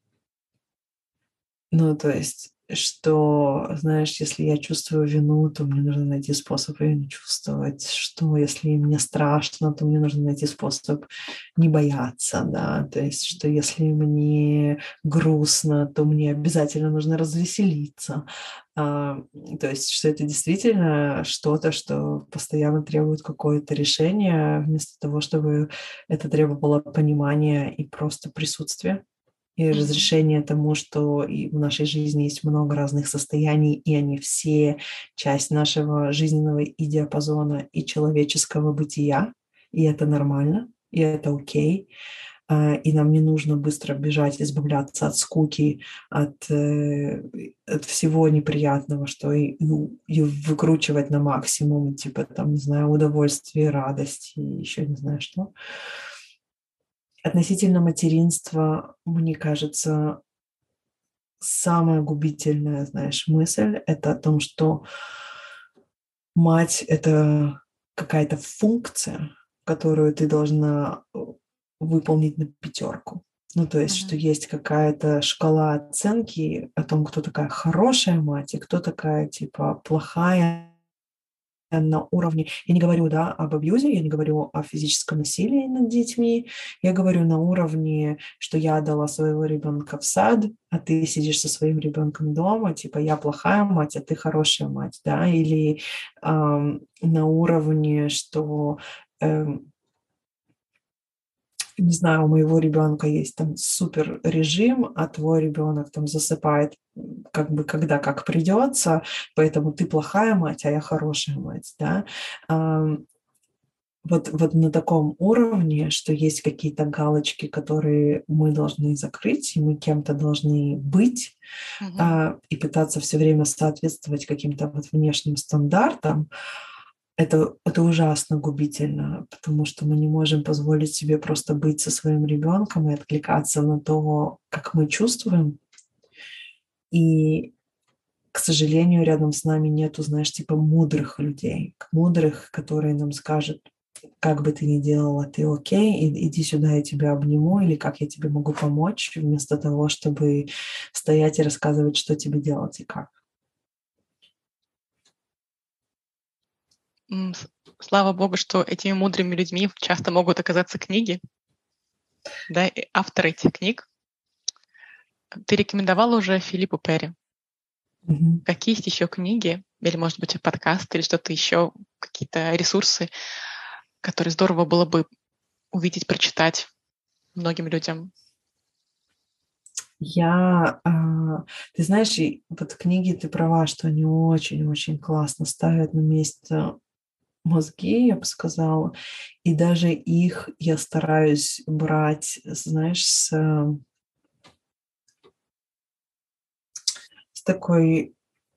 Ну, то есть, что, знаешь, если я чувствую вину, то мне нужно найти способ ее не чувствовать. Что, если мне страшно, то мне нужно найти способ не бояться, да. То есть, что если мне грустно, то мне обязательно нужно развеселиться. А, то есть, что это действительно что-то, что постоянно требует какое-то решение, вместо того, чтобы это требовало понимания и просто присутствия и Мгм. разрешение тому, что и в нашей жизни есть много разных состояний, и они все часть нашего жизненного и диапазона, и человеческого бытия. и это нормально, и это окей. И нам не нужно быстро бежать, избавляться от скуки, от, от всего неприятного, что и, и выкручивать на максимум, типа там, не знаю, удовольствие, радость и еще не знаю что. Относительно материнства, мне кажется, самая губительная, знаешь, мысль – это о том, что мать – это какая-то функция, которую ты должна выполнить на пятерку. Ну, то есть, mm-hmm. что есть какая-то шкала оценки о том, кто такая хорошая мать и кто такая, типа, плохая на уровне. Я не говорю, да, об абьюзе, я не говорю о физическом насилии над детьми, я говорю на уровне, что я отдала своего ребенка в сад, а ты сидишь со своим ребенком дома, типа, я плохая мать, а ты хорошая мать, да, или эм, на уровне, что эм, не знаю, у моего ребенка есть там супер режим, а твой ребенок там засыпает как бы когда как придется, поэтому ты плохая мать, а я хорошая мать, да. Вот, вот на таком уровне, что есть какие-то галочки, которые мы должны закрыть, и мы кем-то должны быть, mm-hmm. а, и пытаться все время соответствовать каким-то вот внешним стандартам. Это, это ужасно губительно, потому что мы не можем позволить себе просто быть со своим ребенком и откликаться на то, как мы чувствуем. И, к сожалению, рядом с нами нету, знаешь, типа мудрых людей, мудрых, которые нам скажут, как бы ты ни делала, ты окей, иди сюда, я тебя обниму, или как я тебе могу помочь, вместо того, чтобы стоять и рассказывать, что тебе делать и как. Слава богу, что этими мудрыми людьми часто могут оказаться книги, да, и авторы этих книг. Ты рекомендовала уже Филиппу Перри. Mm-hmm. Какие есть еще книги, или, может быть, подкаст, или что-то еще, какие-то ресурсы, которые здорово было бы увидеть, прочитать многим людям? Я, ты знаешь, вот книги, ты права, что они очень-очень классно ставят на место мозги, я бы сказала, и даже их я стараюсь брать, знаешь, с, с такой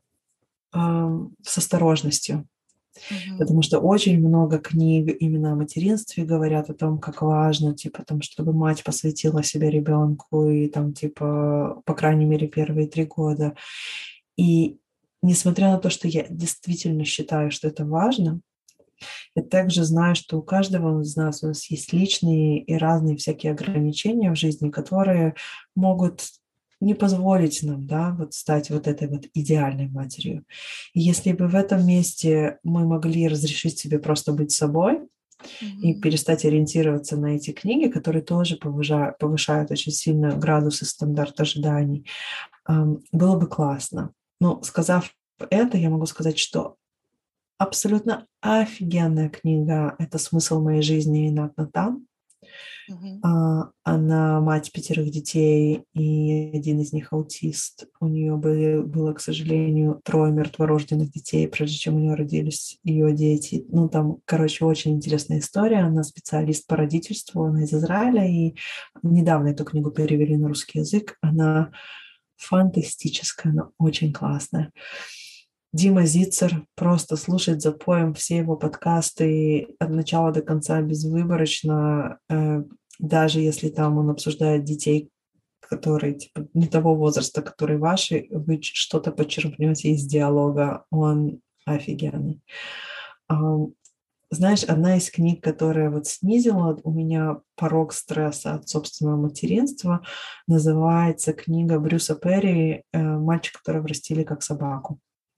с осторожностью. Mm-hmm. Потому что очень много книг именно о материнстве говорят о том, как важно, типа, там, чтобы мать посвятила себя ребенку и там, типа, по крайней мере, первые три года. И несмотря на то, что я действительно считаю, что это важно, я также знаю, что у каждого из нас у нас есть личные и разные всякие ограничения в жизни, которые могут не позволить нам, да, вот стать вот этой вот идеальной матерью. И если бы в этом месте мы могли разрешить себе просто быть собой mm-hmm. и перестать ориентироваться на эти книги, которые тоже повышают, повышают очень сильно градус и стандарт ожиданий, было бы классно. Но сказав это, я могу сказать, что абсолютно офигенная книга – это «Смысл моей жизни» Нат Натан. Uh-huh. Она мать пятерых детей, и один из них аутист. У нее были, было, к сожалению, трое мертворожденных детей, прежде чем у нее родились ее дети. Ну, там, короче, очень интересная история. Она специалист по родительству, она из Израиля, и недавно эту книгу перевели на русский язык. Она фантастическая, она очень классная. Дима Зицер, просто слушать запоем все его подкасты от начала до конца безвыборочно, э, даже если там он обсуждает детей, которые типа, не того возраста, которые ваши, вы что-то почерпнете из диалога, он офигенный. Э, знаешь, одна из книг, которая вот снизила у меня порог стресса от собственного материнства, называется книга Брюса Перри «Мальчик, которого растили как собаку».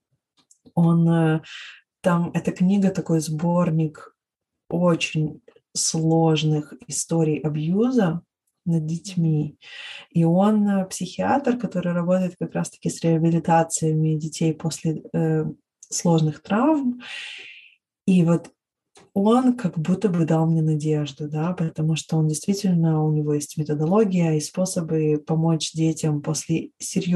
Он там, эта книга такой сборник очень сложных историй абьюза над детьми. И он психиатр, который работает как раз-таки с реабилитациями детей после э, сложных травм. И вот он как будто бы дал мне надежду, да, потому что он действительно, у него есть методология и способы помочь детям после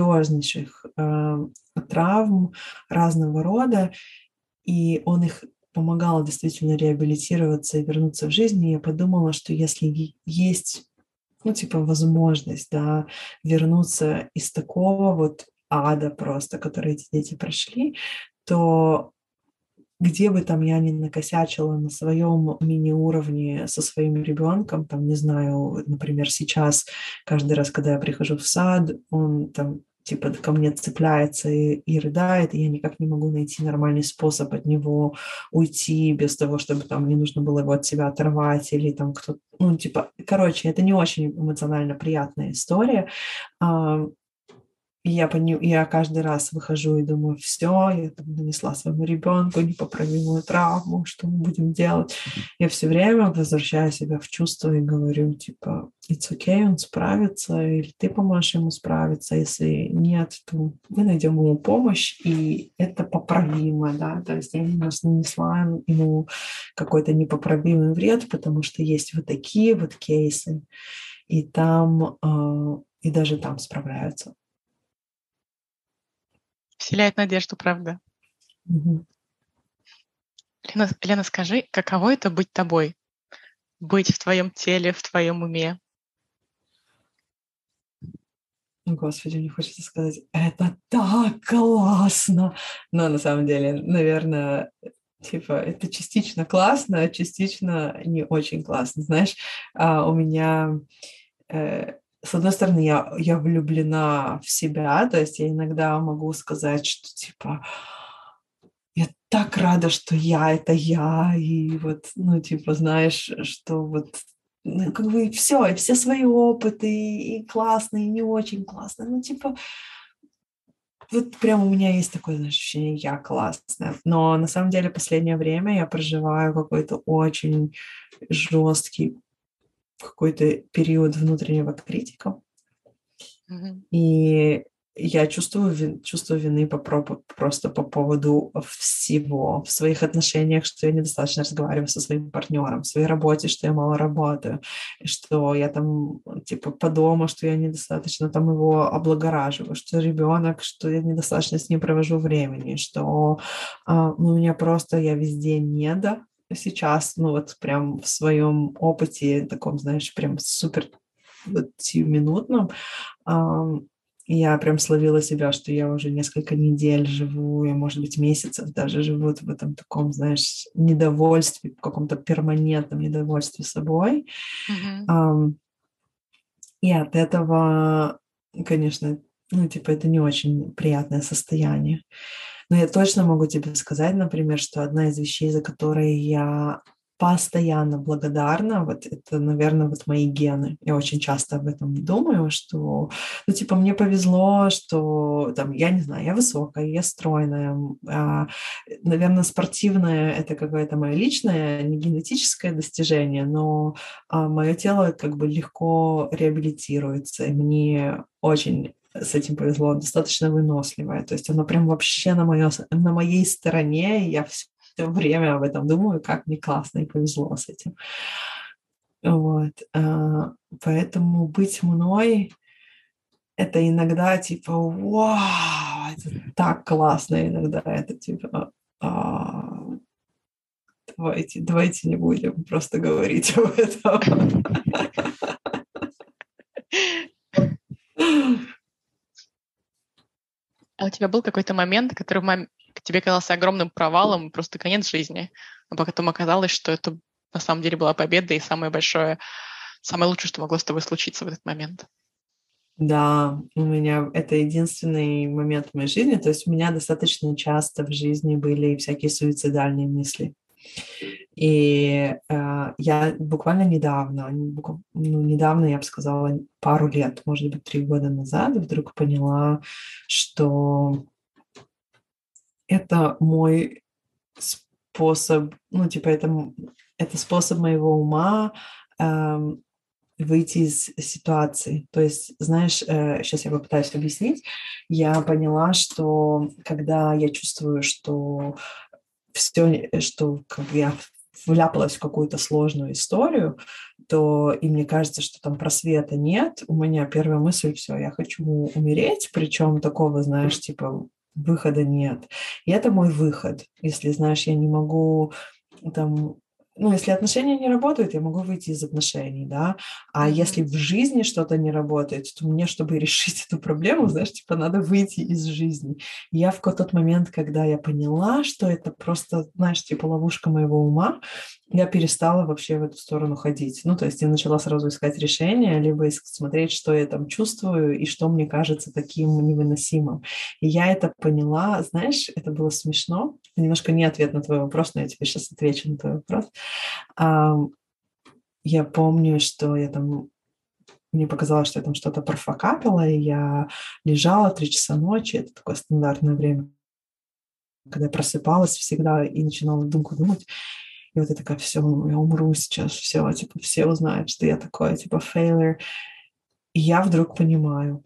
серьезнейших э, травм разного рода, и он их помогало действительно реабилитироваться и вернуться в жизнь. И я подумала, что если есть, ну, типа, возможность, да, вернуться из такого вот ада просто, который эти дети прошли, то где бы там я ни накосячила на своем мини-уровне со своим ребенком, там, не знаю, например, сейчас каждый раз, когда я прихожу в сад, он там типа ко мне цепляется и, и рыдает, и я никак не могу найти нормальный способ от него уйти без того, чтобы там мне нужно было его от себя оторвать или там кто-то, ну, типа, короче, это не очень эмоционально приятная история. И я, пони... я каждый раз выхожу и думаю, все, я там нанесла своему ребенку непоправимую травму, что мы будем делать? Я все время возвращаю себя в чувство и говорю, типа, it's okay, он справится, или ты поможешь ему справиться, если нет, то мы найдем ему помощь, и это поправимо, да, то есть я не нанесла ему какой-то непоправимый вред, потому что есть вот такие вот кейсы, и там, и даже там справляются. Вселяет надежду, правда. Угу. Лена, Лена, скажи, каково это быть тобой? Быть в твоем теле, в твоем уме? Господи, мне хочется сказать, это так классно! Но на самом деле, наверное, типа, это частично классно, а частично не очень классно. Знаешь, а у меня... Э, с одной стороны, я, я влюблена в себя, то есть я иногда могу сказать, что типа я так рада, что я — это я, и вот, ну, типа, знаешь, что вот, ну, как бы все, и все свои опыты, и классные, и не очень классные, ну, типа, вот прям у меня есть такое, знаешь, ощущение, я классная. Но на самом деле последнее время я проживаю какой-то очень жесткий какой-то период внутреннего критика, mm-hmm. и я чувствую, вин, чувствую вины по, просто по поводу всего. В своих отношениях, что я недостаточно разговариваю со своим партнером, в своей работе, что я мало работаю, что я там, типа, по дому, что я недостаточно там его облагораживаю, что ребенок, что я недостаточно с ним провожу времени, что а, ну, у меня просто, я везде недо сейчас, ну, вот прям в своем опыте таком, знаешь, прям супер вот, сиюминутном, а, я прям словила себя, что я уже несколько недель живу, я, может быть, месяцев даже живу в этом таком, знаешь, недовольстве, в каком-то перманентном недовольстве собой. Mm-hmm. Um, и от этого, конечно, ну, типа, это не очень приятное состояние. Но я точно могу тебе сказать, например, что одна из вещей, за которые я постоянно благодарна, вот это, наверное, вот мои гены. Я очень часто об этом думаю, что, ну, типа, мне повезло, что, там, я не знаю, я высокая, я стройная, а, наверное, спортивное — это какое-то мое личное, не генетическое достижение, но а, мое тело как бы легко реабилитируется, и мне очень с этим повезло, достаточно выносливое, то есть оно прям вообще на, моё, на моей стороне, и я все время об этом думаю, как мне классно и повезло с этим. Вот. Поэтому быть мной — это иногда типа вау, это так классно, иногда это типа а, давайте, давайте не будем просто говорить об этом. А у тебя был какой-то момент, который мам... тебе казался огромным провалом, просто конец жизни, а потом оказалось, что это на самом деле была победа и самое большое, самое лучшее, что могло с тобой случиться в этот момент? Да, у меня это единственный момент в моей жизни, то есть у меня достаточно часто в жизни были всякие суицидальные мысли. И э, я буквально недавно, ну, недавно, я бы сказала, пару лет, может быть, три года назад, вдруг поняла, что это мой способ, ну, типа, это, это способ моего ума э, выйти из ситуации. То есть, знаешь, э, сейчас я попытаюсь объяснить, я поняла, что когда я чувствую, что все, что как я вляпалась в какую-то сложную историю, то и мне кажется, что там просвета нет, у меня первая мысль — все, я хочу умереть, причем такого, знаешь, типа выхода нет. И это мой выход. Если, знаешь, я не могу там... Ну, если отношения не работают, я могу выйти из отношений, да. А Мгм. если в жизни что-то не работает, то мне, чтобы решить эту проблему, знаешь, типа надо выйти из жизни. И я в тот момент, когда я поняла, что это просто, знаешь, типа ловушка моего ума, я перестала вообще в эту сторону ходить. Ну, то есть я начала сразу искать решения, либо иск- смотреть, что я там чувствую и что мне кажется таким невыносимым. И я это поняла, знаешь, это было смешно. Немножко не ответ на твой вопрос, но я тебе сейчас отвечу на твой вопрос. А, я помню, что я там, мне показалось, что я там что-то профокапила, и я лежала три часа ночи, это такое стандартное время, когда я просыпалась всегда и начинала думку думать. И вот я такая, все, я умру сейчас, все, типа, все узнают, что я такое, типа, failure. И я вдруг понимаю,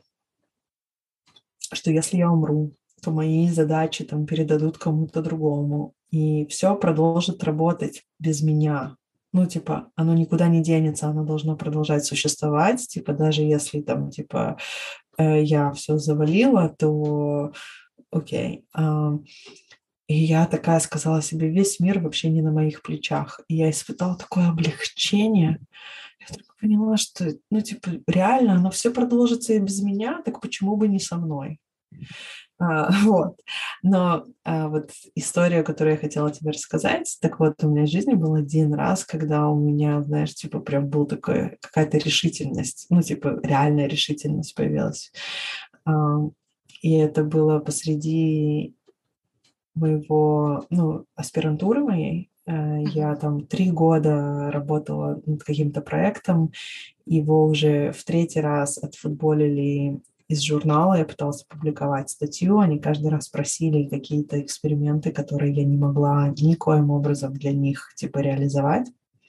что если я умру, то мои задачи там передадут кому-то другому, и все продолжит работать без меня. Ну, типа, оно никуда не денется, оно должно продолжать существовать, типа, даже если там, типа, э, я все завалила, то окей. А, и я такая сказала себе, весь мир вообще не на моих плечах. И я испытала такое облегчение. Я вдруг поняла, что, ну, типа, реально, оно все продолжится и без меня, так почему бы не со мной? А, вот. Но а, вот история, которую я хотела тебе рассказать, так вот, у меня в жизни был один раз, когда у меня, знаешь, типа прям был такой, какая-то решительность, ну, типа реальная решительность появилась. А, и это было посреди моего, ну, аспирантуры моей. Э, Я Мгм. там три года работала над каким-то проектом, его уже в третий раз отфутболили из журнала, я пыталась опубликовать статью, они каждый раз просили какие-то эксперименты, которые я не могла никоим образом для них типа реализовать.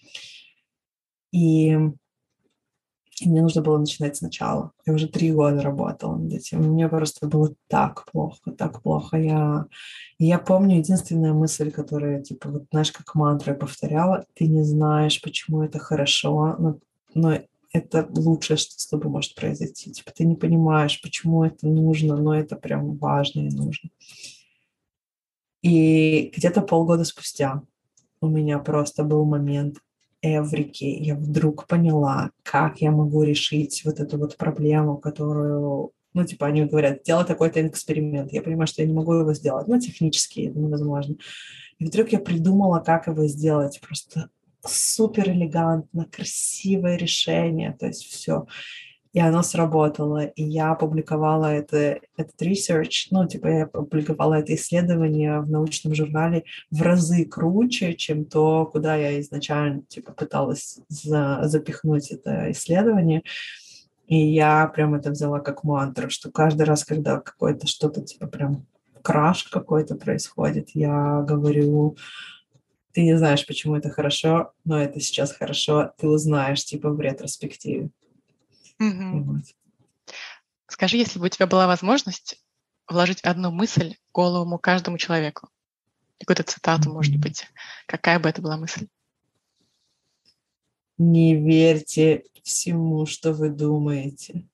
И и мне нужно было начинать сначала. Я уже три года работала над этим. Мне просто было так плохо, так плохо. Я, и я помню единственная мысль, которая, типа, вот знаешь, как мантру я повторяла: ты не знаешь, почему это хорошо, но, но это лучшее, что с тобой может произойти. Типа, ты не понимаешь, почему это нужно, но это прям важно и нужно. И где-то полгода спустя у меня просто был момент эврики. Я вдруг поняла, как я могу решить вот эту вот проблему, которую, ну, типа, они говорят, делай такой-то эксперимент. Я понимаю, что я не могу его сделать. Ну, технически это невозможно. И вдруг я придумала, как его сделать. Просто супер элегантно, красивое решение. То есть все. И оно сработало. И я опубликовала это, этот research, ну, типа, я опубликовала это исследование в научном журнале в разы круче, чем то, куда я изначально, типа, пыталась за, запихнуть это исследование. И я прям это взяла как мантру, что каждый раз, когда какое-то что-то, типа, прям краш какой-то происходит, я говорю: ты не знаешь, почему это хорошо, но это сейчас хорошо, ты узнаешь, типа, в ретроспективе. Мгм. Вот. Скажи, если бы у тебя была возможность вложить одну мысль в голову каждому человеку, какую-то цитату, может Мгм. быть, какая бы это была мысль? Не верьте всему, что вы думаете.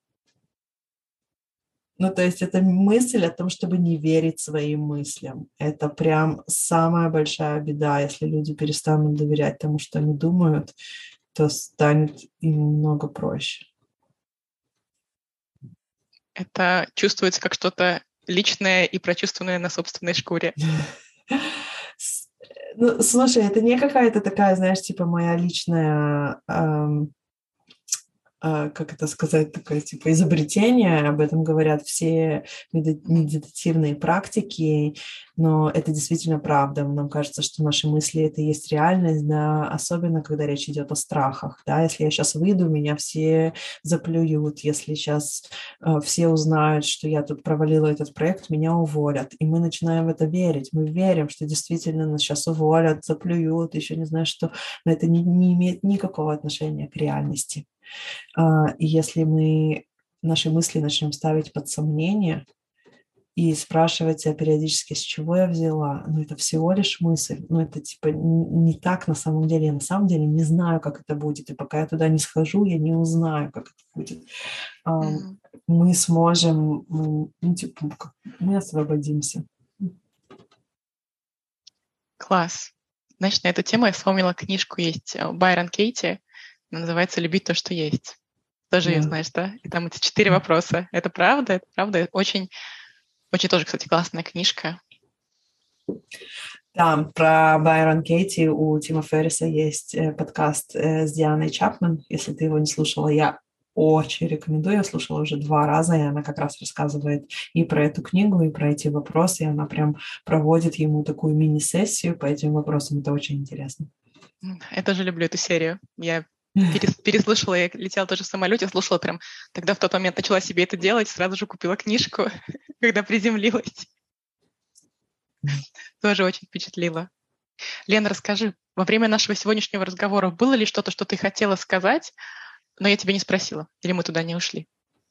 Ну, то есть это мысль о том, чтобы не верить своим мыслям. Это прям самая большая беда. Если люди перестанут доверять тому, что они думают, то станет им много проще. Это чувствуется как что-то личное и прочувствованное на собственной шкуре. С- Ну, слушай, это не какая-то такая, знаешь, типа моя личная, ам, а, как это сказать, такое типа изобретение, об этом говорят все меди- Мгм. медитативные практики, но это действительно правда. Нам кажется, что наши мысли — это и есть реальность, да, особенно когда речь идет о страхах, да, если я сейчас выйду, меня все заплюют, если сейчас э, все узнают, что я тут провалила этот проект, меня уволят, и мы начинаем в это верить, мы верим, что действительно нас сейчас уволят, заплюют, еще не знаю что, но это не, не имеет никакого отношения к реальности. А, и если мы наши мысли начнем ставить под сомнение и спрашивать себя периодически, с чего я взяла, ну это всего лишь мысль, ну это типа н- не так на самом деле, я на самом деле не знаю, как это будет, и пока я туда не схожу, я не узнаю, как это будет. Ам, Мгм. мы сможем, ну, типа, мы освободимся. Класс. Знаешь, на эту тему я вспомнила книжку, есть Байрон Кейти, называется «Любить то, что есть». Тоже ее Да. знаешь, да? И там эти четыре вопроса. Это правда? Это правда? Очень, очень тоже, кстати, классная книжка. Да, про Байрон Кейти у Тима Ферриса есть подкаст с Дианой Чапман. Если ты его не слушала, я очень рекомендую. Я слушала уже два раза, и она как раз рассказывает и про эту книгу, и про эти вопросы. И она прям проводит ему такую мини-сессию по этим вопросам. Это очень интересно. Я тоже люблю эту серию. Я переслушала, я летела тоже в самолете, слушала прям, тогда в тот момент начала себе это делать, сразу же купила книжку, когда приземлилась. Тоже очень впечатлило. Лена, расскажи, во время нашего сегодняшнего разговора было ли что-то, что ты хотела сказать, но я тебя не спросила, или мы туда не ушли?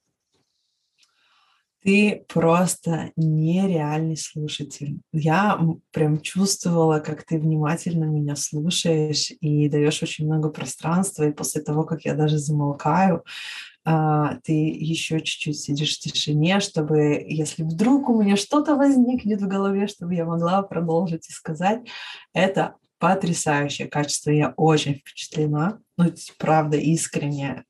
Ты просто нереальный слушатель. Я прям чувствовала, как ты внимательно меня слушаешь и даешь очень много пространства. И после того, как я даже замолкаю, ты еще чуть-чуть сидишь в тишине, чтобы, если вдруг у меня что-то возникнет в голове, чтобы я могла продолжить и сказать. Это потрясающее качество. Я очень впечатлена. Ну, правда, искренне.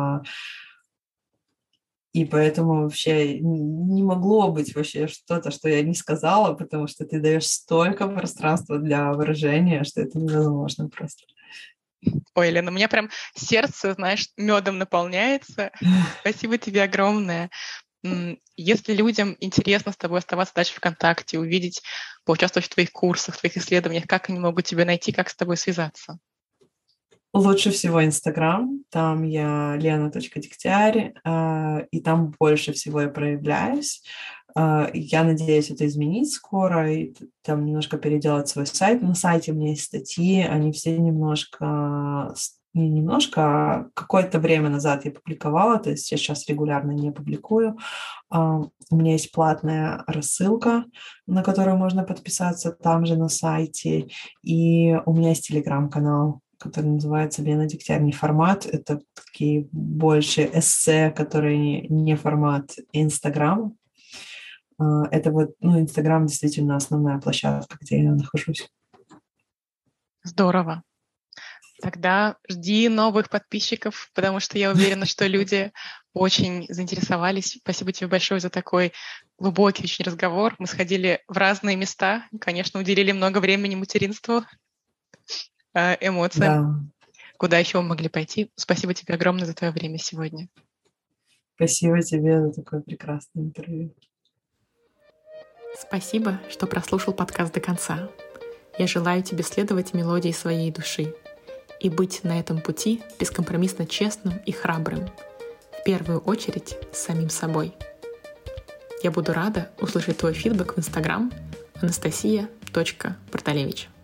И поэтому вообще не могло быть вообще что-то, что я не сказала, потому что ты даешь столько пространства для выражения, что это невозможно просто. Ой, Лена, у меня прям сердце, знаешь, медом наполняется. Спасибо тебе огромное. Если людям интересно с тобой оставаться дальше в контакте, увидеть, поучаствовать в твоих курсах, в твоих исследованиях, как они могут тебя найти, как с тобой связаться? Лучше всего Инстаграм, там я лена точка дегтярь, и там больше всего я проявляюсь. Я надеюсь это изменить скоро, и там немножко переделать свой сайт. На сайте у меня есть статьи, они все немножко, не немножко, а какое-то время назад я публиковала, то есть я сейчас регулярно не публикую. У меня есть платная рассылка, на которую можно подписаться там же на сайте, и у меня есть телеграм-канал, который называется «Лена Дегтярь». Не формат, это такие больше эссе, которые не формат Инстаграма. Это вот, ну, Инстаграм действительно основная площадка, где я нахожусь. Здорово. Тогда жди новых подписчиков, потому что я уверена, что люди очень заинтересовались. Спасибо тебе большое за такой глубокий очень разговор. Мы сходили в разные места, конечно, уделили много времени материнству, эмоциям. Да. Куда еще мы могли пойти? Спасибо тебе огромное за твое время сегодня. Спасибо тебе за такое прекрасное интервью. Спасибо, что прослушал подкаст до конца. Я желаю тебе следовать мелодии своей души и быть на этом пути бескомпромиссно честным и храбрым, в первую очередь с самим собой. Я буду рада услышать твой фидбэк в Инстаграм анастасия точка барталевич.